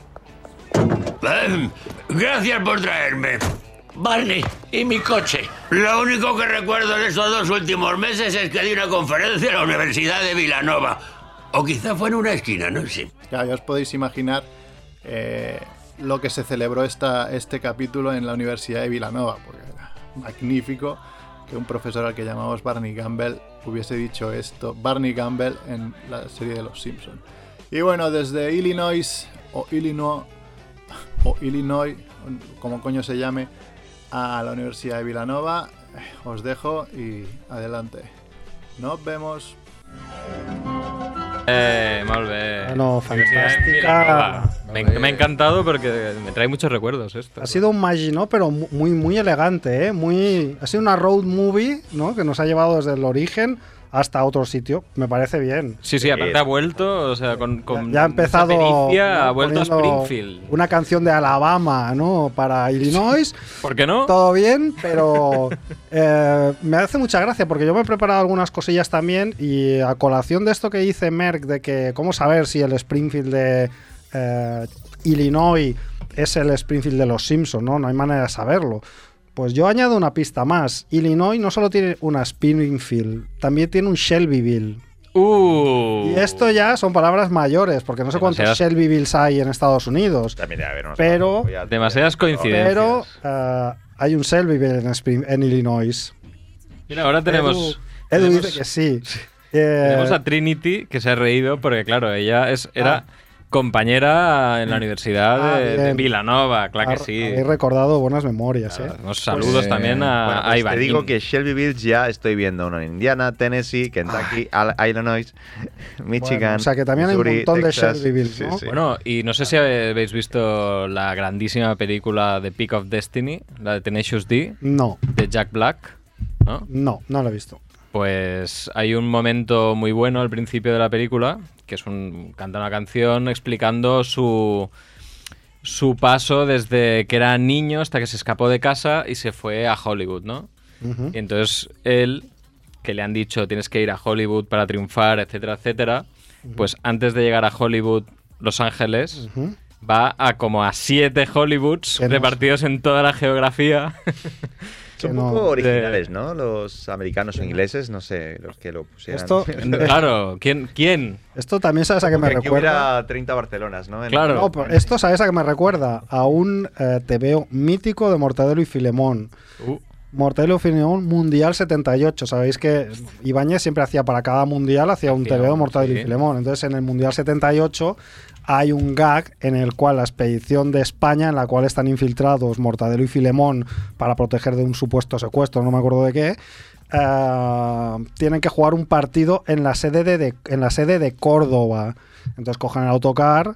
Gracias por traerme. Barney, ¿y mi coche? Lo único que recuerdo de estos dos últimos meses es que di una conferencia en la Universidad de Villanova. O quizá fue en una esquina, no sé. Ya, ya os podéis imaginar eh, lo que se celebró esta, este capítulo en la Universidad de Villanova, porque era magnífico que un profesor al que llamamos Barney Gumble hubiese dicho esto, Barney Gumble, en la serie de Los Simpsons. Y bueno, desde Illinois, o Illinois, o Illinois, como coño se llame, a la Universidad de Villanova, os dejo y adelante. Nos vemos. Eh, molt bé. Bueno, Universidad de fantástica. Vilanova. Me, me ha encantado porque me trae muchos recuerdos esto. Ha sido un Maginot, pero mu- muy, muy elegante, ¿eh? Muy, ha sido una road movie, ¿no? Que nos ha llevado desde el origen hasta otro sitio. Me parece bien. Sí, sí, aparte ha vuelto, o sea, con, con Ya ha empezado, esa pericia, ¿no? ha vuelto a poniendo Springfield. una canción de Alabama, ¿no? Para Illinois. ¿Por qué no? Todo bien, pero eh, me hace mucha gracia porque yo me he preparado algunas cosillas también y a colación de esto que dice Merck de que cómo saber si el Springfield de eh, Illinois es el Springfield de los Simpsons, ¿no? No hay manera de saberlo. Pues yo añado una pista más. Illinois no solo tiene una Springfield, también tiene un Shelbyville. Uh. Y esto ya son palabras mayores, porque no sé cuántos Demasiadas- Shelbyvilles hay en Estados Unidos. También debe haber unos Pero- cuantos, voy a- Demasiadas coincidencias. Pero eh, hay un Shelbyville en, Spring- en Illinois. Mira, ahora tenemos. Edu, Edu tenemos- dice que sí. Eh, Tenemos a Trinity que se ha reído porque, claro, ella es, era Ah. compañera en la Universidad Ah, de, de bien. Vilanova, claro que ha- sí. Habéis recordado buenas memorias, ¿eh? Unos saludos Eh, también a, Bueno, a pues te Ivanín. digo que Shelbyville ya estoy viendo uno en Indiana, Tennessee, Kentucky, Al- Illinois, Michigan. Bueno, o sea que también hay un Missouri, montón de Texas. Shelbyvilles, Sí, ¿no? sí. Bueno, y no sé si habéis visto la grandísima película de Peak of Destiny, la de Tenacious D, No, de Jack Black, ¿no? no, no lo he visto. Pues hay un momento muy bueno al principio de la película, que es un canta una canción explicando su su paso desde que era niño hasta que se escapó de casa y se fue a Hollywood, ¿no? Ujú. Y entonces él, que le han dicho tienes que ir a Hollywood para triunfar, etcétera, etcétera, pues antes de llegar a Hollywood, Los Ángeles, Ujú. va a como a siete Hollywoods Que no- repartidos en toda la geografía. Son que un no- poco originales, ¿no? Los americanos o ingleses, no sé, los que lo pusieran. Esto- Claro, ¿quién? ¿quién? Esto también sabes a qué me Porque aquí recuerda. hubiera treinta Barcelonas, ¿no? En- Claro. No, pero esto sabes a qué me recuerda. A un eh, tebeo mítico de Mortadelo y Filemón. Uh, Mortadelo y Filemón Mundial setenta y ocho. Sabéis que Ibáñez siempre hacía para cada mundial, hacía un Hacía tebeo de un, Mortadelo sí. y Filemón. Entonces en el Mundial setenta y ocho hay un gag en el cual la expedición de España, en la cual están infiltrados Mortadelo y Filemón para proteger de un supuesto secuestro, no me acuerdo de qué, eh, tienen que jugar un partido en la sede de, de- en la sede de Córdoba. Entonces cogen el autocar,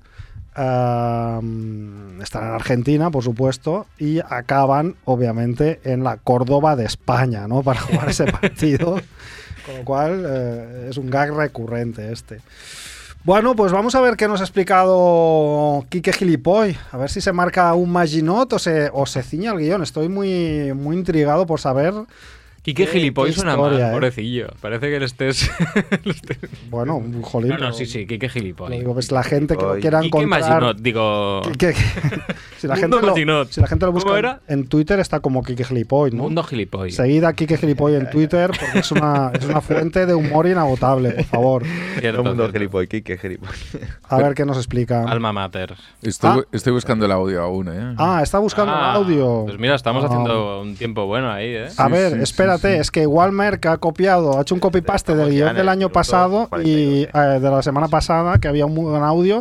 eh, están en Argentina, por supuesto, y acaban, obviamente, en la Córdoba de España, ¿no? Para jugar ese partido. Con lo cual, eh, es un gag recurrente este. Bueno, pues vamos a ver qué nos ha explicado Quique Gilipoy. A ver si se marca un Maginot o se, o se ciña el guión. Estoy muy, muy intrigado por saber. Quique Qué- Gilipoy qué suena historia, mal, ¿eh? pobrecillo. Parece que le estés... le estés- Bueno, jolín. No, no, pero- sí, sí, Quique lo Gilipoy. digo, pues la gente que lo Gilipoy. quiera Quique encontrar. Maginot, digo... Quique- si, la Mundo gente lo, Maginot. si la gente lo busca ¿Cómo en- era? en Twitter está como Quique Gilipoy, ¿no? Mundo Gilipoy. Seguid a Quique Gilipoy en Twitter porque es una, es una fuente de humor inagotable, por favor. Cierto, Todo el mundo cierto. gilipoy, Kike gilipoy. A ver qué nos explica. Alma Mater. Estoy, Ah. bu- estoy buscando el audio aún, ¿eh? Ah, está buscando Ah, el audio. Pues mira, estamos Ah. haciendo un tiempo bueno ahí, ¿eh? A Sí, ver, sí, espérate, sí, sí. es que igual Merck ha copiado, ha hecho un copy-paste del Estamos ya guión en del el año minuto pasado cuarenta y y dos, eh, de la semana pasada, que había un muy buen audio,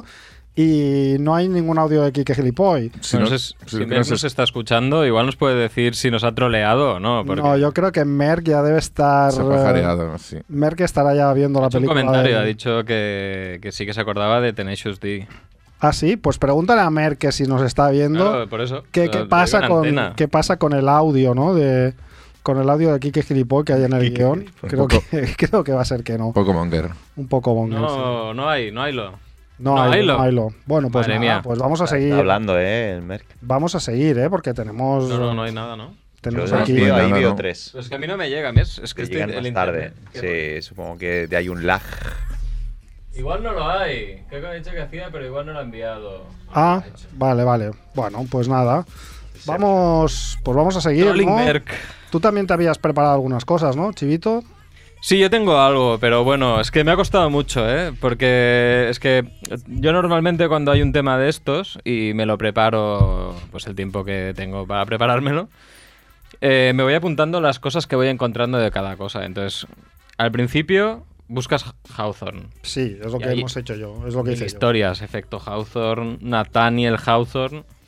y no hay ningún audio de Quique Gilipoy. Si Bueno, no- no sé si si no Merck se- nos está escuchando, igual nos puede decir si nos ha troleado o no. Porque No, yo creo que Merck ya debe estar... se ha pajareado, sí. Merck estará ya viendo ha la hecho un película. comentario, de- ha dicho que, que sí que se acordaba de Tenacious D. Ah, sí, pues pregúntale a Merck que si nos está viendo. Claro, por eso. ¿Qué, Lo- qué lo pasa digo en con, antena. qué pasa con el audio, ¿no? De, con el audio de Quique Gilipoy que hay en el Quique guión. Gilipoy. Creo Un poco- que, creo que va a ser que no. Un poco monger. Un poco bonger, sí. No, no hay, no hay lo. No, no hay, haylo. no haylo. Bueno, pues Madre nada, mía. pues vamos a Está seguir. hablando, ¿eh? El Merck. Vamos a seguir, ¿eh? Porque tenemos, No, no, no hay nada, ¿no? tenemos Yo aquí. veo, ahí Nada, veo no. tres. Pues que a mí no me llega, ¿ves? Es que Que estoy llegan el más tarde. internet. Sí, supongo que de ahí un lag. Igual no lo hay. Creo que ha dicho que hacía, pero igual no lo ha enviado. Ah, vale, vale. Bueno, pues nada. Vamos, pues vamos a seguir, Trolling ¿no? Merck. Tú también te habías preparado algunas cosas, ¿no, Chivito? Sí, yo tengo algo, pero bueno, es que me ha costado mucho, ¿eh? Porque es que yo normalmente cuando hay un tema de estos y me lo preparo, pues el tiempo que tengo para preparármelo, eh, me voy apuntando las cosas que voy encontrando de cada cosa. Entonces, al principio buscas Hawthorne. Sí, es lo Y que ahí- hemos hecho yo. Es lo que Mil hice yo. historias, efecto Hawthorne, Nathaniel Hawthorne,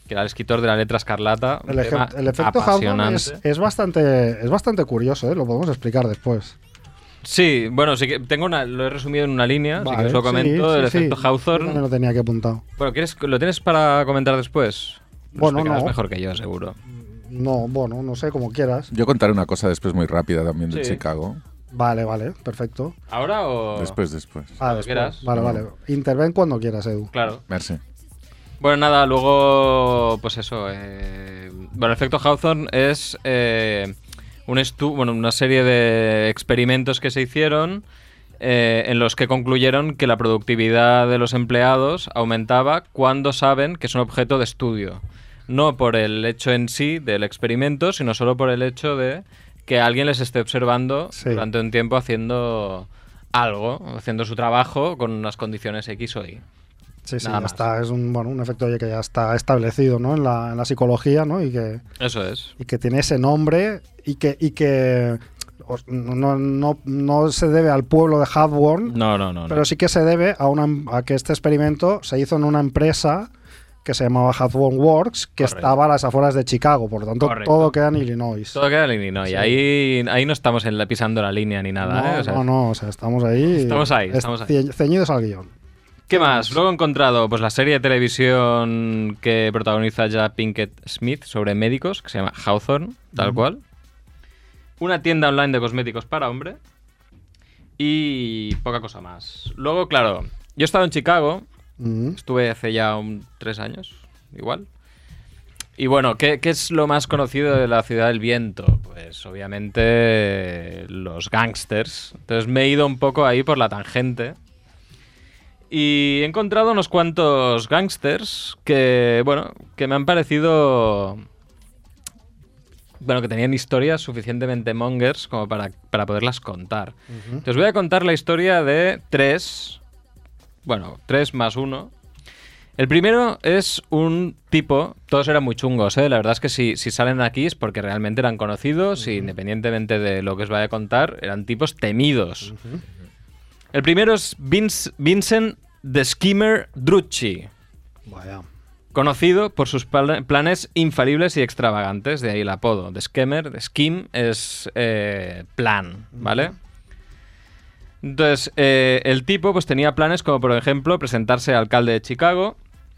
que era el escritor de La Letra Escarlata. El, eje- el efecto Hawthorne es, es, bastante, es bastante curioso, ¿eh? Lo podemos explicar después. Sí, bueno, sí que tengo una, lo he resumido en una línea, Vale, así que os lo comento. sí, el sí, efecto sí. Hawthorne. Yo también lo tenía aquí apuntado. Bueno, ¿quieres, ¿lo tienes para comentar después? Lo Bueno, explicarás no. mejor que yo, seguro. No, bueno, no sé, como quieras. Yo contaré una cosa después muy rápida también de Sí. Chicago. Vale, vale, perfecto. ¿Ahora o...? Después, después. Ah, Cuando quieras. Vale, No. vale. Interven cuando quieras, Edu. Claro. Merci. Bueno, nada, luego, pues eso. Eh, bueno, el efecto Hawthorne es eh, un estu bueno, una serie de experimentos que se hicieron eh, en los que concluyeron que la productividad de los empleados aumentaba cuando saben que es un objeto de estudio. No por el hecho en sí del experimento, sino solo por el hecho de que alguien les esté observando Sí. durante un tiempo haciendo algo, haciendo su trabajo con unas condiciones X o Y. Sí, sí, Nada ya más. está. Es un, bueno, un efecto oye, que ya está establecido, ¿no? En la, en la psicología, ¿no? Y que, Eso es. y que tiene ese nombre y que, y que os- no, no, no se debe al pueblo de Hawthorne, No, no, no. no. pero sí que se debe a, una, a que este experimento se hizo en una empresa que se llamaba Hawthorne Works, que Correcto. estaba a las afueras de Chicago. Por lo tanto, Correcto. todo queda en Illinois. Todo queda en Illinois. Sí. Ahí, ahí no estamos en la- pisando la línea ni nada, no, ¿eh? O sea, no, no, o sea, estamos ahí. Estamos ahí, es- estamos ahí. ce- ceñidos al guión. ¿Qué más? Luego he encontrado pues la serie de televisión que protagoniza ya Pinkett Smith sobre médicos, que se llama Hawthorne, tal cual. Una tienda online de cosméticos para hombre. Y poca cosa más. Luego, claro, yo he estado en Chicago. Mm. Estuve hace ya un, tres años, igual. Y bueno, ¿qué, ¿qué es lo más conocido de la Ciudad del Viento? Pues obviamente los gángsters. Entonces me he ido un poco ahí por la tangente. Y he encontrado unos cuantos gángsters que, bueno, que me han parecido... Bueno, que tenían historias suficientemente mongers como para, para poderlas contar. Entonces voy a contar la historia de tres... Bueno, tres más uno. El primero es un tipo, todos eran muy chungos, ¿eh? La verdad es que si, si salen aquí es porque realmente eran conocidos y independientemente de lo que os vaya a contar, eran tipos temidos. El primero es Vince- Vincent The Schemer Drucci, Vaya. conocido por sus pla- planes infalibles y extravagantes, de ahí el apodo. The Schemer, The Scheme es eh, plan, ¿vale? Entonces, eh, el tipo pues tenía planes como, por ejemplo, presentarse alcalde de Chicago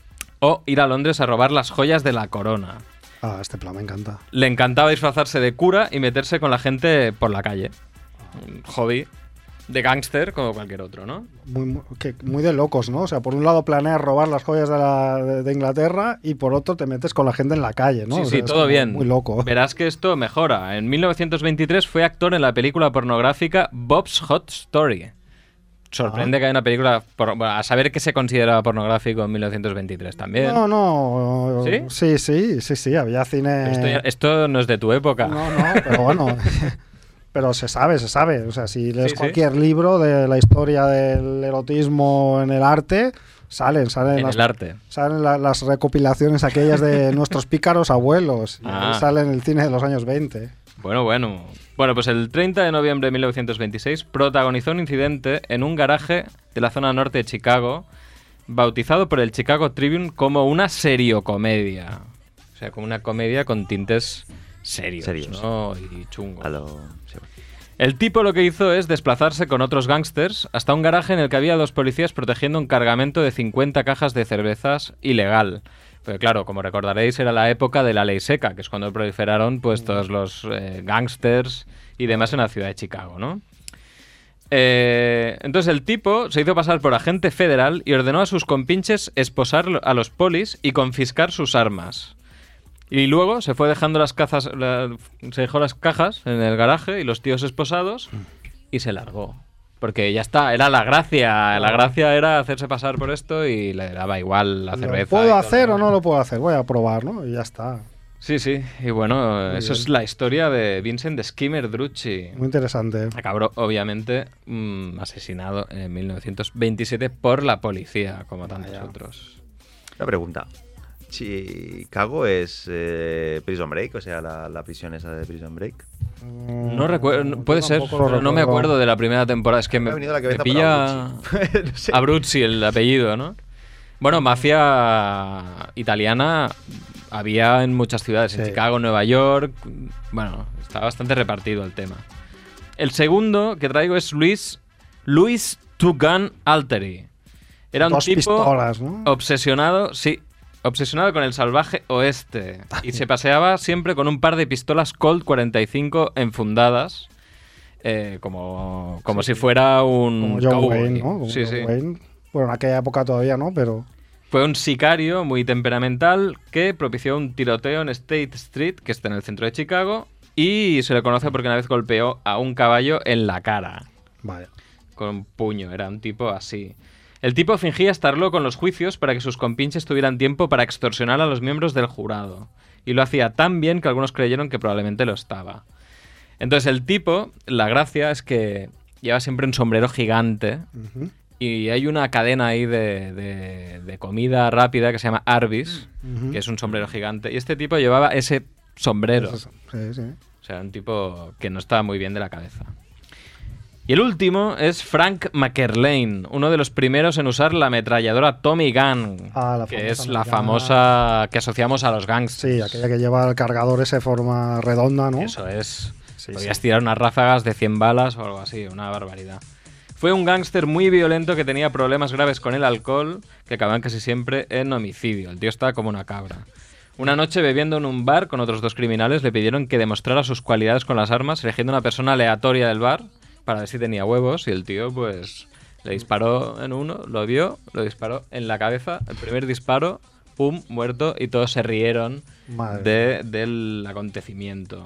o ir a Londres a robar las joyas de la corona. Ah, este plan me encanta. Le encantaba disfrazarse de cura y meterse con la gente por la calle. Un hobby de gángster como cualquier otro, ¿no? Muy, muy, que- muy de locos, ¿no? O sea, por un lado planeas robar las joyas de, la, de, de Inglaterra y por otro te metes con la gente en la calle, ¿no? Sí, O sí, sea, es todo como bien. Muy loco. Verás que esto mejora. En mil novecientos veintitrés fue actor en la película pornográfica Bob's Hot Story. Sorprende que haya una película... por- bueno, a saber qué se consideraba pornográfico en mil novecientos veintitrés también. No, no. ¿Sí? Sí, sí, sí, sí, había cine... Esto, ya- esto no es de tu época. No, no, pero bueno. Pero se sabe, se sabe. O sea, si lees Sí, sí. cualquier libro de la historia del erotismo en el arte, salen, salen En las, el arte. salen la- las recopilaciones aquellas de nuestros pícaros abuelos. Y Ah. ahí sale en el cine de los años veinte. Bueno, bueno. Bueno, pues el treinta de noviembre de mil novecientos veintiséis protagonizó un incidente en un garaje de la zona norte de Chicago, bautizado por el Chicago Tribune como una seriocomedia. O sea, como una comedia con tintes serios, Serios. ¿no? Y chungos. A lo- sí. El tipo lo que hizo es desplazarse con otros gángsters hasta un garaje en el que había dos policías protegiendo un cargamento de cincuenta cajas de cervezas ilegal. Porque claro, como recordaréis, era la época de la ley seca, que es cuando proliferaron pues todos los eh, gángsters y demás en la ciudad de Chicago, ¿no? Eh, entonces el tipo se hizo pasar por agente federal y ordenó a sus compinches esposar a los polis y confiscar sus armas. Y luego se fue dejando las cajas, la- se dejó las cajas en el garaje y los tíos esposados y se largó. Porque ya está, era la gracia. La gracia era hacerse pasar por esto y le daba igual la ¿Lo cerveza. y puedo todo hacer lo o no demás. lo puedo hacer? Voy a probar, ¿no? Y ya está. Sí, sí. Y bueno, Muy eso bien. es la historia de Vincent de Schemer Drucci. Muy interesante. Acabó, obviamente, mm, asesinado en mil novecientos veintisiete por la policía, como tantos Vaya. otros. Una pregunta. ¿Chicago es eh, Prison Break? O sea, la, la prisión esa de Prison Break. No recuerdo, puede Yo ser, tampoco lo pero no me recuerdo. acuerdo de la primera temporada. Es que Me me, ha venido a la me cabeza pilla por No sé. Abruzzi el apellido, ¿no? Bueno, mafia italiana había en muchas ciudades, en Sí. Chicago, Nueva York. Bueno, está bastante repartido el tema. El segundo que traigo es Luis, Luis Two Gun Altery. Era un Dos tipo pistolas, ¿no? obsesionado, sí, obsesionado con el salvaje oeste. Y se paseaba siempre con un par de pistolas Colt cuarenta y cinco enfundadas. Eh, como como si fuera un Como John cowboy. Wayne, ¿no? Como Sí, John sí. Wayne. Bueno, en aquella época todavía no, pero... Fue un sicario muy temperamental que propició un tiroteo en State Street, que está en el centro de Chicago, y se le conoce porque una vez golpeó a un caballo en la cara Vaya. con un puño. Era un tipo así. El tipo fingía estar loco en los juicios para que sus compinches tuvieran tiempo para extorsionar a los miembros del jurado. Y lo hacía tan bien que algunos creyeron que probablemente lo estaba. Entonces el tipo, la gracia es que lleva siempre un sombrero gigante. Ujú. Y hay una cadena ahí de, de- de comida rápida que se llama Arby's, Ujú. que es un sombrero gigante. Y este tipo llevaba ese sombrero. Eso es- Sí, sí. O sea, un tipo que no estaba muy bien de la cabeza. Y el último es Frank McErlane, uno de los primeros en usar la ametralladora Tommy Gun, Ah, la que famosa es la americana. famosa que asociamos a los gangsters. Sí, aquella que lleva el cargador ese de forma redonda, ¿no? Eso es. Sí, Podías sí. tirar unas ráfagas de cien balas o algo así, una barbaridad. Fue un gángster muy violento que tenía problemas graves con el alcohol que acababan casi siempre en homicidio. El tío estaba como una cabra. Una noche bebiendo en un bar con otros dos criminales le pidieron que demostrara sus cualidades con las armas eligiendo una persona aleatoria del bar para ver si tenía huevos y el tío pues le disparó en uno, lo vio, lo disparó en la cabeza, el primer disparo, pum, muerto y todos se rieron Madre de- del acontecimiento.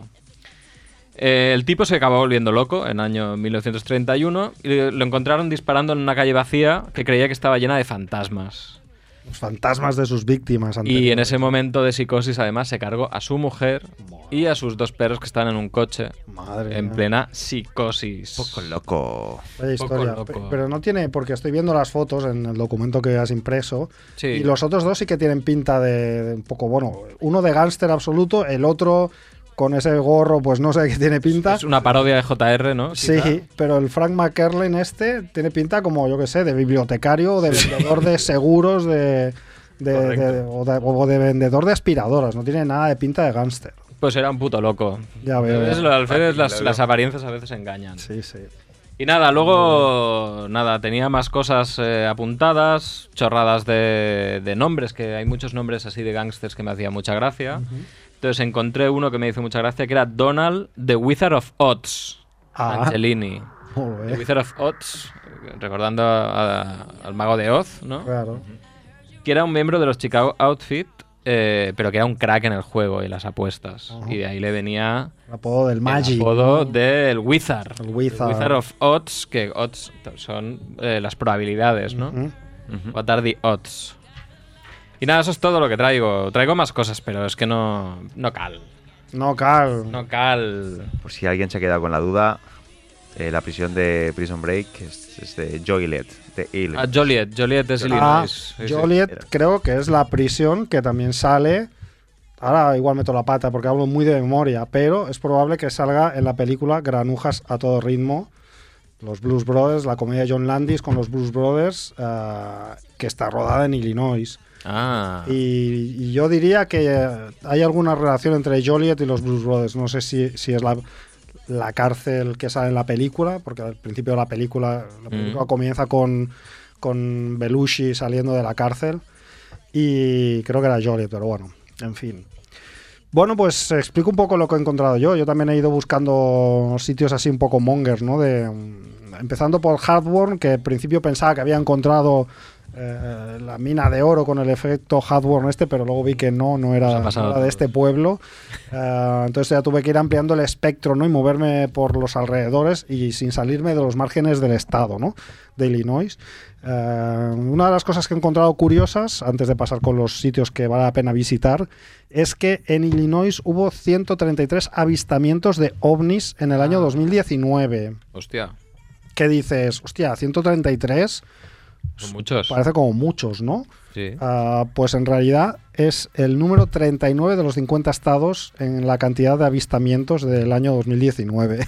Eh, el tipo se acabó volviendo loco en año mil novecientos treinta y uno y lo encontraron disparando en una calle vacía que creía que estaba llena de fantasmas. Los fantasmas de sus víctimas. Y en anteriores. ese momento de psicosis además se cargó a su mujer y a sus dos perros que estaban en un coche Madre en mía. plena psicosis. Poco loco. Vaya un poco historia. loco. Pe- Pero no tiene, porque estoy viendo las fotos en el documento que has impreso. Sí. Y los otros dos sí que tienen pinta de, de un poco, bueno, uno de gángster absoluto, el otro con ese gorro, pues no sé qué tiene pinta. Es una parodia de J R, ¿no? Sí, Quizá. pero el Frank McErlane este tiene pinta como, yo qué sé, de bibliotecario o de vendedor de seguros de, de- Correcto. de- o, de, o de vendedor de aspiradoras. No tiene nada de pinta de gángster. Pues era un puto loco. Ya veo. Es lo- al final las, Claro. las apariencias a veces engañan. Sí, sí. Y nada, luego, nada, tenía más cosas eh, apuntadas, chorradas de, de nombres, que hay muchos nombres así de gángsters que me hacían mucha gracia. Entonces encontré uno que me hizo mucha gracia, que era Donald, the Wizard of Oz, Ah. Angelini. Molt The bé. Wizard of Oz, recordando a- a- al mago de Oz, ¿no? Claro. Que era un miembro de los Chicago Outfit, eh, pero que era un crack en el juego y las apuestas. Ajá. Y de ahí le venía El apodo del Magic. el apodo del Wizard. El Wizard. of Odds, que odds son eh, las probabilidades, ¿no? Ujú. What are the odds? Y nada, eso es todo lo que traigo. Traigo más cosas, pero es que no, no cal. No, cal. No cal. Por si alguien se ha quedado con la duda, eh, la prisión de Prison Break es, es de Joliet, de Illinois. Ah, Joliet. Joliet es Ah, Illinois. Sí, sí. Joliet creo que es la prisión que también sale. Ahora igual meto la pata porque hablo muy de memoria, pero es probable que salga en la película Granujas a todo ritmo. Los Blues Brothers, la comedia de John Landis con los Blues Brothers, eh, que está rodada en Illinois. Ah. Y, y yo diría que eh, hay alguna relación entre Joliet y los Blues Brothers. No sé si, si es la, la cárcel que sale en la película, porque al principio de la película, la película Mm. comienza con, con Belushi saliendo de la cárcel. Y creo que era Joliet, pero bueno, en fin. Bueno, pues explico un poco lo que he encontrado yo. Yo también he ido buscando sitios así un poco mongers, ¿no? De, mm, empezando por Hardworn, que al principio pensaba que había encontrado eh, la mina de oro con el efecto Hardworn este, pero luego vi que no, no Nos era, ha pasado no a era de todos. este pueblo. Eh, entonces ya tuve que ir ampliando el espectro, ¿no? Y moverme por los alrededores y sin salirme de los márgenes del estado, ¿no? De Illinois. Eh, una de las cosas que he encontrado curiosas, antes de pasar con los sitios que vale la pena visitar, es que en Illinois hubo ciento treinta y tres avistamientos de ovnis en el año Ah. dos mil diecinueve. Hostia. ¿Qué dices? Hostia, ciento treinta y tres Son muchos. parece como muchos, ¿no? Sí. Ah, pues en realidad es el número treinta y nueve de los cincuenta estados en la cantidad de avistamientos del año dos mil diecinueve.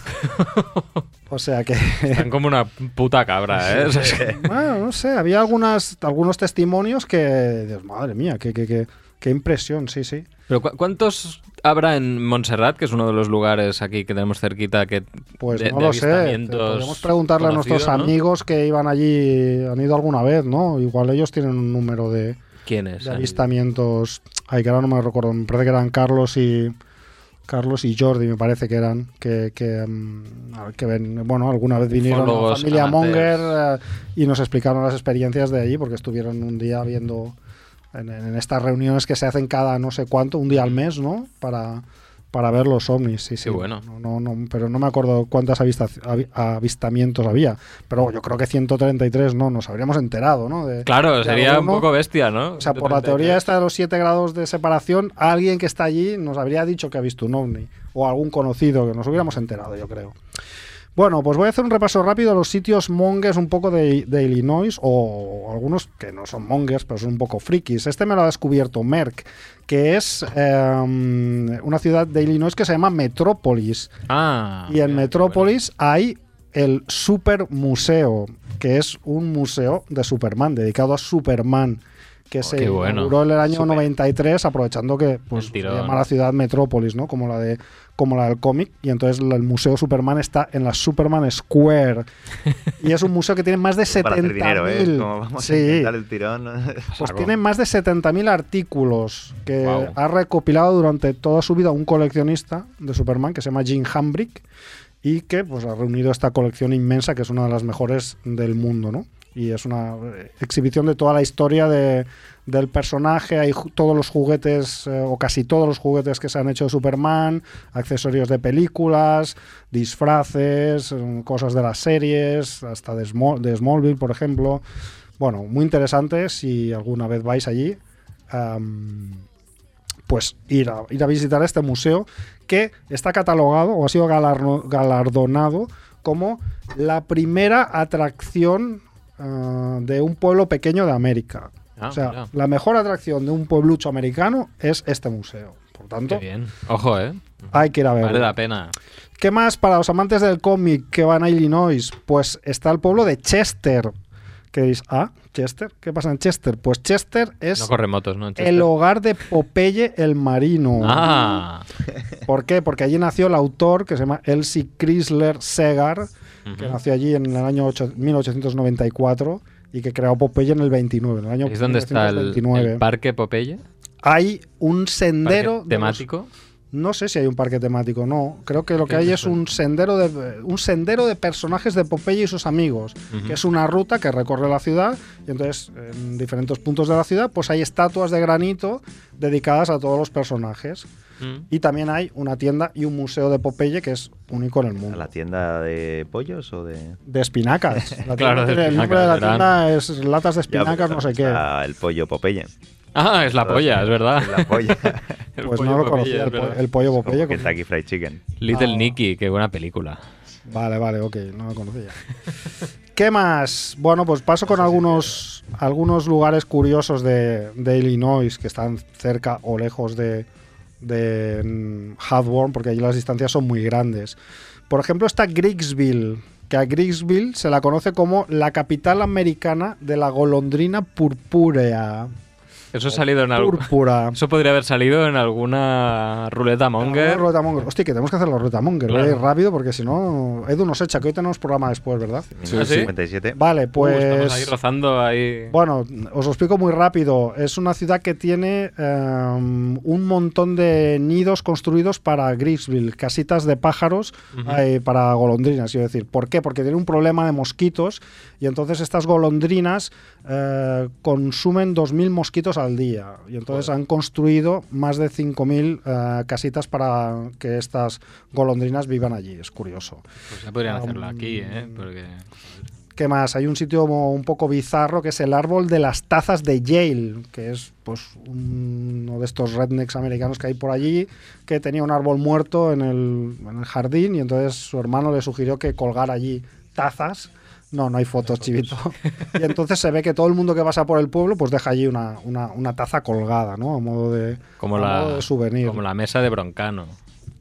O sea que... Están como una puta cabra, ¿eh? O sea, es que- Bueno, no sé, había algunas, algunos testimonios que... Dios, madre mía, qué, qué, qué, qué impresión, sí, sí. Pero ¿cu ¿cuántos habrá en Montserrat, que es uno de los lugares aquí que tenemos cerquita que Pues de, no de lo sé. avistamientos Podemos preguntarle a nuestros conocidos, ¿no? amigos que iban allí, han ido alguna vez, ¿no? Igual ellos tienen un número de, ¿Quiénes? de han ido? avistamientos. Ay, que ahora no me recuerdo. Me parece que eran Carlos y Carlos y Jordi, me parece que eran. Que, que, um, que ven, bueno, alguna vez vinieron a la Ufólogos familia amateurs. Monger eh, y nos explicaron las experiencias de allí, porque estuvieron un día viendo en, en estas reuniones que se hacen cada no sé cuánto, un día al mes, ¿no? Para, para ver los ovnis. Sí, sí. Qué bueno. No, no, no, pero no me acuerdo cuántos avista- avi- avistamientos había. Pero yo creo que ciento treinta y tres, ¿no? Nos habríamos enterado, ¿no? De, Claro, de sería alguno. un poco bestia, ¿no? O sea, por la teoría esta de los siete grados de separación, alguien que está allí nos habría dicho que ha visto un ovni. O algún conocido, que nos hubiéramos enterado, yo creo. Bueno, pues voy a hacer un repaso rápido a los sitios mongers un poco de, de Illinois, o algunos que no son mongers, pero son un poco frikis. Este me lo ha descubierto Merck, que es eh, una ciudad de Illinois que se llama Metrópolis. Ah. Y en mira, Metrópolis hay el Super Museo, que es un museo de Superman, dedicado a Superman, que Oh, se qué bueno. inauguró en el año Super. noventa y tres, aprovechando que pues, El se tirón. llama la ciudad Metrópolis, ¿no? Como la de como la del cómic, y entonces el Museo Superman está en la Superman Square. Y es un museo que tiene más de Para hacer setenta dinero, ¿eh? mil. Como vamos Sí. a intentar el tirón. Pues tiene más de setenta mil artículos que Guau. ha recopilado durante toda su vida un coleccionista de Superman que se llama Jim Hambrick, y que pues ha reunido esta colección inmensa, que es una de las mejores del mundo, ¿no? Y es una eh, exhibición de toda la historia de, del personaje. Hay ju- todos los juguetes, eh, o casi todos los juguetes que se han hecho de Superman, accesorios de películas, disfraces, eh, cosas de las series, hasta de, Small- de Smallville, por ejemplo. Bueno, muy interesante. Si alguna vez vais allí, am, pues ir a, ir a visitar este museo, que está catalogado o ha sido galarno- galardonado como la primera atracción uh, de un pueblo pequeño de América. Ah, o sea, mira. la mejor atracción de un pueblucho americano es este museo. Por Qué tanto, bien. Ojo, ¿eh? hay que ir a verlo. Vale la pena. ¿Qué más para los amantes del cómic que van a Illinois? Pues está el pueblo de Chester. Que diréis, ah, Chester, ¿qué pasa en Chester? Pues Chester es No corre motos, ¿no? En Chester. el hogar de Popeye el marino. Ah. ¿Por qué? Porque allí nació el autor, que se llama Elsie Chrysler Segar, que Ujú. nació allí en el año ocho- mil ochocientos noventa y cuatro y que creó Popeye en el veintinueve, en el año ¿Es donde está el, mil novecientos veintinueve. el parque Popeye? Hay un sendero ¿Parque de los- temático? No sé si hay un parque temático, no. Creo que lo que ¿Qué hay es es eso? un sendero de un sendero de personajes de Popeye y sus amigos, Ujú. que es una ruta que recorre la ciudad, y entonces en diferentes puntos de la ciudad pues hay estatuas de granito dedicadas a todos los personajes. Mm. Y también hay una tienda y un museo de Popeye que es único en el ¿A mundo. la tienda de pollos o de...? De espinacas. La tienda Claro, de tiene- el nombre de la espinacas, tienda es latas de Ya, espinacas, pues, no sé qué. está el pollo Popeye. Ah, es la polla, es verdad. Es la polla. El Pues pollo no lo Popeye, conocía, es el, po- verdad. el pollo Como Popeye. como- Kentucky Fried Chicken. Little Ah. Nicky, qué buena película. Vale, vale, ok, no lo conocía. ¿Qué más? Bueno, pues paso con algunos, algunos lugares curiosos de, de Illinois que están cerca o lejos de, de mm, Hawthorne, porque allí las distancias son muy grandes. Por ejemplo, está Grigsville, que a Grigsville se la conoce como la capital americana de la golondrina purpúrea. Eso ha salido en algo. Púrpura. Eso podría haber salido en alguna ruleta monger. La ruleta monger. Hostia, que tenemos que hacer la ruleta monger. Claro. Voy a ir rápido porque si no, Edu nos echa, que hoy tenemos programa después, ¿verdad? Sí, ¿Ah, sí. cincuenta y siete. Vale, Uh, pues. estamos ahí rozando ahí. Bueno, os lo explico muy rápido. Es una ciudad que tiene em, un montón de nidos construidos para Grigsville, casitas de pájaros Ujú. eh, para golondrinas, quiero decir. ¿Por qué? Porque tiene un problema de mosquitos y entonces estas golondrinas eh, consumen dos mil mosquitos al día. Y entonces Joder. han construido más de cinco mil eh, casitas para que estas golondrinas vivan allí. Es curioso. Pues ya podrían hacerlo Um, aquí, ¿eh? Porque... ¿Qué más? Hay un sitio mo- un poco bizarro que es el árbol de las tazas de Yale, que es pues uno de estos rednecks americanos que hay por allí, que tenía un árbol muerto en el, en el jardín y entonces su hermano le sugirió que colgara allí tazas. No, no hay fotos, chivito. Y entonces se ve que todo el mundo que pasa por el pueblo pues deja allí una, una, una taza colgada, ¿no? A modo de, Como a la, modo de souvenir. como la mesa de Broncano.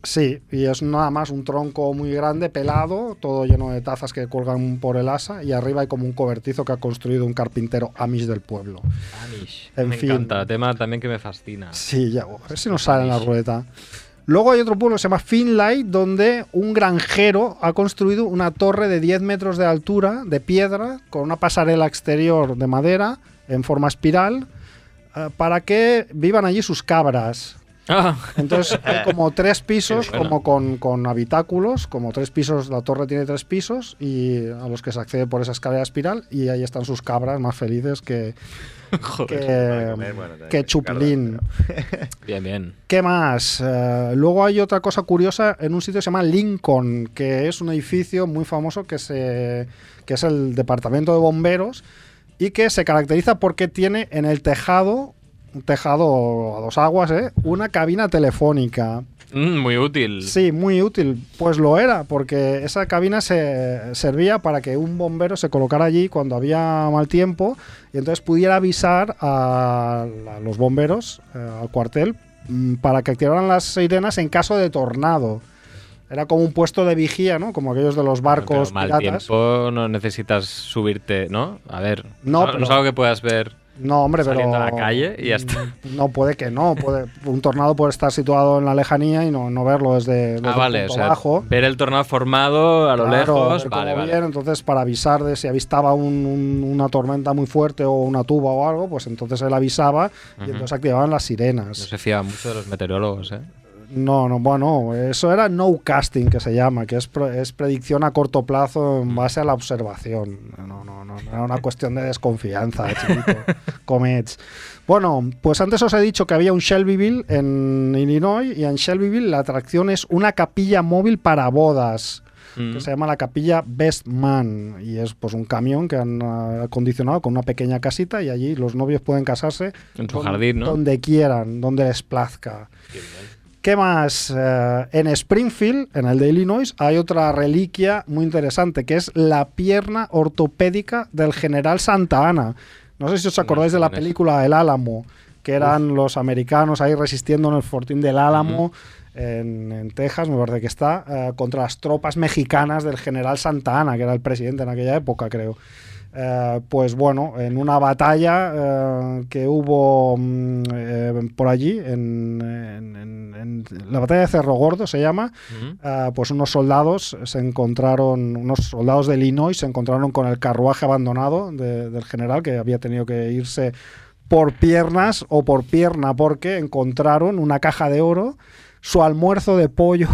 Sí, y es nada más un tronco muy grande, pelado, todo lleno de tazas que cuelgan por el asa, y arriba hay como un cobertizo que ha construido un carpintero amish del pueblo. Amish. En me fin. encanta, tema también que me fascina. Sí, ya, a ver si nos sale en la ruleta. Luego hay otro pueblo que se llama Finlay, donde un granjero ha construido una torre de diez metros de altura, de piedra, con una pasarela exterior de madera, en forma espiral, eh, para que vivan allí sus cabras. Ah. Entonces hay como tres pisos, Qué bueno. como con, con habitáculos, como tres pisos, la torre tiene tres pisos y a los que se accede por esa escalera espiral, y ahí están sus cabras más felices que, Joder. que, comer, bueno, también que hay Chuplín. Bien, bien. ¿Qué más? Eh, luego hay otra cosa curiosa en un sitio que se llama Lincoln, que es un edificio muy famoso que, se, que es el departamento de bomberos y que se caracteriza porque tiene en el tejado, un tejado a dos aguas, ¿eh? una cabina telefónica. Mm, muy útil. Sí, muy útil. Pues lo era, porque esa cabina se servía para que un bombero se colocara allí cuando había mal tiempo y entonces pudiera avisar a, a los bomberos, eh, al cuartel, mm, para que activaran las sirenas en caso de tornado. Era como un puesto de vigía, ¿no? Como aquellos de los barcos Pero mal piratas. tiempo no necesitas subirte, ¿no? A ver, No, no, pero- no es algo que puedas ver No, hombre, pero... saliendo a la calle y ya está. No, puede que no. Puede, un tornado puede estar situado en la lejanía y no, no verlo desde, desde Ah, vale, un o punto sea, bajo. ver el tornado formado a lo Claro, lejos, ver cómo vale, vale. viene, entonces para avisar de si avistaba un- un- una tormenta muy fuerte o una tuba o algo, pues entonces él avisaba y Ujú. entonces activaban las No sirenas. se fía mucho de los meteorólogos, ¿eh? No, no, bueno, eso era no casting que se llama, que es, pro- es predicción a corto plazo en base a la observación. No, no, no, no era una cuestión de desconfianza, chiquito. Comets. Bueno, pues antes os he dicho que había un Shelbyville en Illinois, y en Shelbyville la atracción es una capilla móvil para bodas, Mm. que se llama la capilla Best Man, y es pues un camión que han ah, acondicionado con una pequeña casita, y allí los novios pueden casarse En su don- jardín, ¿no? donde quieran, donde les plazca. ¿Qué más? Eh, en Springfield, en el de Illinois, hay otra reliquia muy interesante, que es la pierna ortopédica del general Santa Anna. No sé si os acordáis de la quién es. película El Álamo, que eran los americanos ahí resistiendo en el fortín del Álamo, en, en Texas, me parece que está, eh, contra las tropas mexicanas del general Santa Anna, que era el presidente en aquella época, creo. Eh, pues bueno, en una batalla eh, que hubo mm, eh, por allí, en, en- en- en la batalla de Cerro Gordo se llama, Ujú. eh, pues unos soldados se encontraron, unos soldados de Illinois se encontraron con el carruaje abandonado de- del general, que había tenido que irse por piernas o por pierna, porque encontraron una caja de oro, su almuerzo de pollo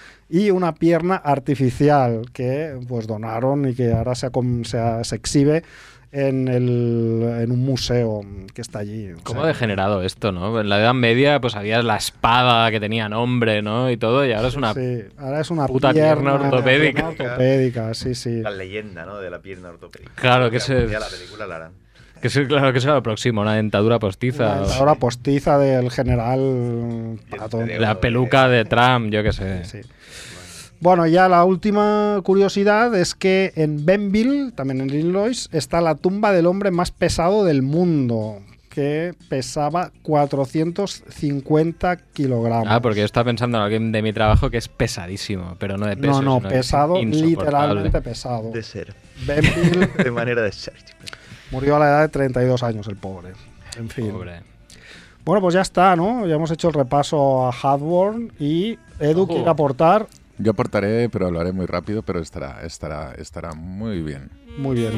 y una pierna artificial que pues donaron y que ahora se, acom- se, a- se exhibe en, el, en un museo que está allí. O ¿Cómo sea, ha degenerado esto, no? En la Edad Media pues había la espada que tenía nombre, ¿no? Y todo, y ahora es una... sí, ahora es una puta pierna ortopédica. pierna ortopédica, sí, sí. La leyenda, ¿no? De la pierna ortopédica. Claro, que Algún se- día la película la harán. Que es, claro, que será lo próximo, una dentadura postiza. Una dentadura postiza del general Patton. de- La peluca de Trump, yo qué sé. Sí. Bueno, ya la última curiosidad es que en Benville, también en Illinois, está la tumba del hombre más pesado del mundo, que pesaba cuatrocientos cincuenta kilogramos. Ah, porque yo estaba pensando en alguien de mi trabajo que es pesadísimo, pero no de peso. No, no, sino que es pesado, insoportable. literalmente pesado. De ser. Benville De manera de ser. murió a la edad de treinta y dos años, el pobre. En fin. Pobre. Bueno, pues ya está, ¿no? Ya hemos hecho el repaso a Hadworn y Edu Ojo. quiere aportar. Yo aportaré, pero lo haré muy rápido, pero estará, estará, estará muy bien. Muy bien.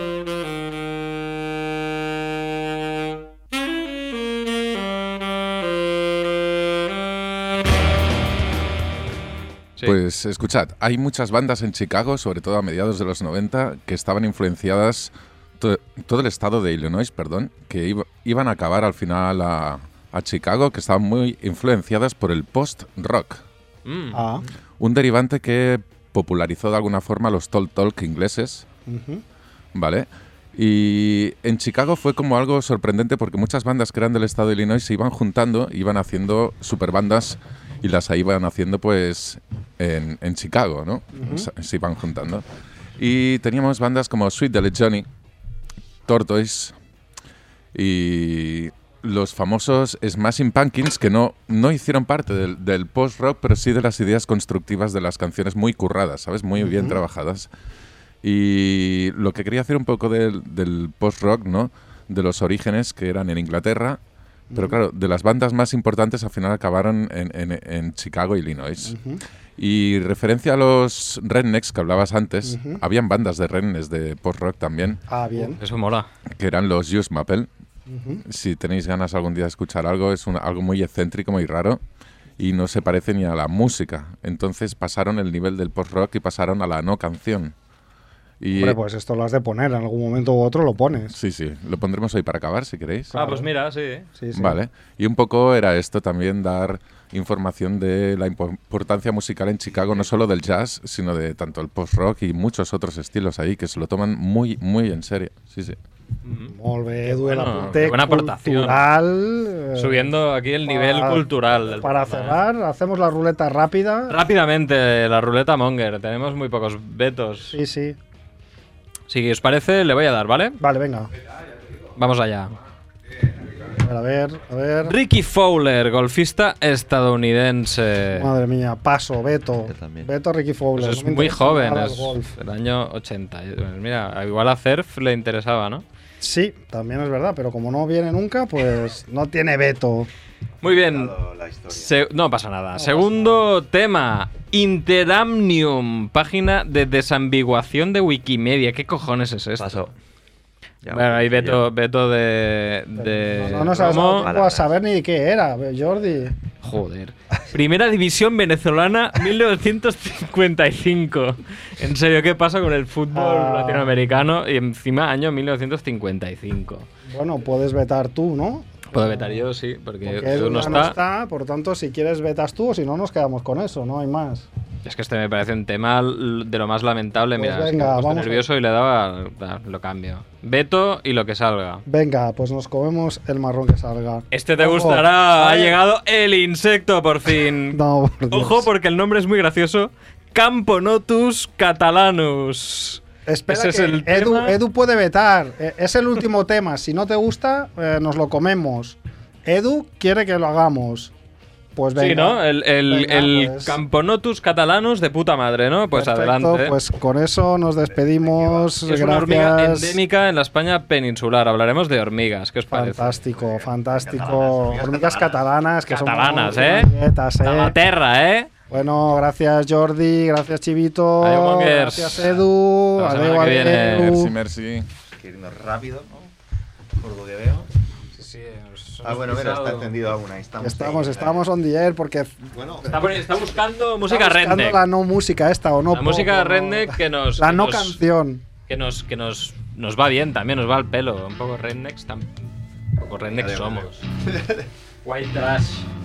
Sí. Pues escuchad, hay muchas bandas en Chicago, sobre todo a mediados de los noventa, que estaban influenciadas, to- todo el estado de Illinois, perdón, que iba- iban a acabar al final a, a Chicago, que estaban muy influenciadas por el post-rock, Mm. Ah. un derivante que popularizó de alguna forma los talk talk ingleses, Ujú. ¿vale? Y en Chicago fue como algo sorprendente porque muchas bandas que eran del estado de Illinois se iban juntando, iban haciendo superbandas y las iban haciendo pues en, en Chicago, ¿no? se, se iban juntando. Y teníamos bandas como Sweet Dolly Johnny, Tortoise y los famosos Smashing Pumpkins, que no, no hicieron parte del, del post-rock, pero sí de las ideas constructivas de las canciones muy curradas, ¿sabes? Muy bien Ujú. trabajadas. Y lo que quería hacer un poco del, del post-rock, ¿no? De los orígenes que eran en Inglaterra, pero claro, de las bandas más importantes al final acabaron en, en, en Chicago, Illinois. Ujú. Y referencia a los rednecks que hablabas antes, Ujú. habían bandas de rednecks de post-rock también, Ah, bien. Eso mola. que eran los Use Maple. Ujú. Si tenéis ganas algún día de escuchar algo, es un- algo muy excéntrico, muy raro, y no se parece ni a la música. Entonces pasaron el nivel del post-rock y pasaron a la no canción. Y, Hombre, pues esto lo has de poner, en algún momento u otro lo pones. Sí, sí, lo pondremos hoy para acabar, si queréis. Ah, pues mira, sí. Sí, sí. Vale. Y un poco era esto también, dar información de la impo- importancia musical en Chicago, no solo del jazz, sino de tanto el post-rock y muchos otros estilos ahí que se lo toman muy, muy en serio. Sí, sí. Molt bé, Edu, el bueno, apunte qué buena aportación. cultural. eh, Subiendo aquí el nivel para- cultural del Para programa, ¿eh? cerrar, hacemos la ruleta rápida. Rápidamente, la ruleta Monger. Tenemos muy pocos vetos. Sí, sí. Si os parece, le voy a dar, ¿vale? Vale, venga. Vamos allá. A ver, a ver. Ricky Fowler, golfista estadounidense. Madre mía, paso, Beto. Yo también. Beto Ricky Fowler. Pues es no me muy interesa joven, nada el es golf. del año ochenta. Mira, igual a Cerf le interesaba, ¿no? Sí, también es verdad, pero como no viene nunca, pues no tiene Beto. Muy bien. La historia. Se- no pasa nada. Segundo tema. Interamnium, página de desambiguación de Wikimedia. ¿Qué cojones es esto? Paso. Ya, Bueno, ahí ya. Beto, Beto de, de no, no sabes Romo. no vas a saber ni qué era, Jordi. Joder. Primera división venezolana, mil novecientos cincuenta y cinco. En serio, ¿qué pasa con el fútbol Ah. latinoamericano? Y encima, año mil novecientos cincuenta y cinco. Bueno, puedes vetar tú, ¿no? Puedo vetar yo, sí, porque, Porque tú Edu no ya está. no está, por tanto, si quieres vetas tú o si no, nos quedamos con eso, no hay más. Es que este me parece un tema l- de lo más lamentable. Pues Mira, es que venga, me he puesto vamos a- nervioso y le daba. da, Lo cambio. Veto y lo que salga. Venga, pues nos comemos el marrón que salga. Este te Ojo, gustará. a Ha ver. llegado el insecto por fin. No, por Dios. Ojo, porque el nombre es muy gracioso. Camponotus catalanus. Espera, Ese es que el Edu, tema. Edu puede vetar. Eh, Es el último tema. Si no te gusta, eh, nos lo comemos. Edu quiere que lo hagamos. Pues venga. Sí, ¿no? El, el, Venga, el pues. Camponotus catalanus de puta madre, ¿no? Pues Perfecto, adelante. Pues con eso nos despedimos. es una hormiga Gracias. endémica en la España peninsular. Hablaremos de hormigas. ¿Qué os parece? Fantástico, fantástico. Hormigas catalanas que Catalanas, son ¿eh? amiguetas, ¿eh? Tabaterra, ¿eh? Bueno, gracias Jordi, gracias Chivito, Adeu, mongers. gracias Edu, Hasta la adeu, semana que viene. adeu. Merci, merci. Que irnos rápido, ¿no? Por lo que veo. Ah, bueno, mira, está encendido aún ahí. Estamos, Estamos, ahí, estamos on the air porque Bueno, Está, poni- está buscando música está buscando redneck. la no música esta o no. La música pop, o no- redneck que nos. La que no nos- canción. Que nos, que nos, nos va bien también, nos va al pelo. Un poco rednecks, tam- un poco redneck somos. White trash.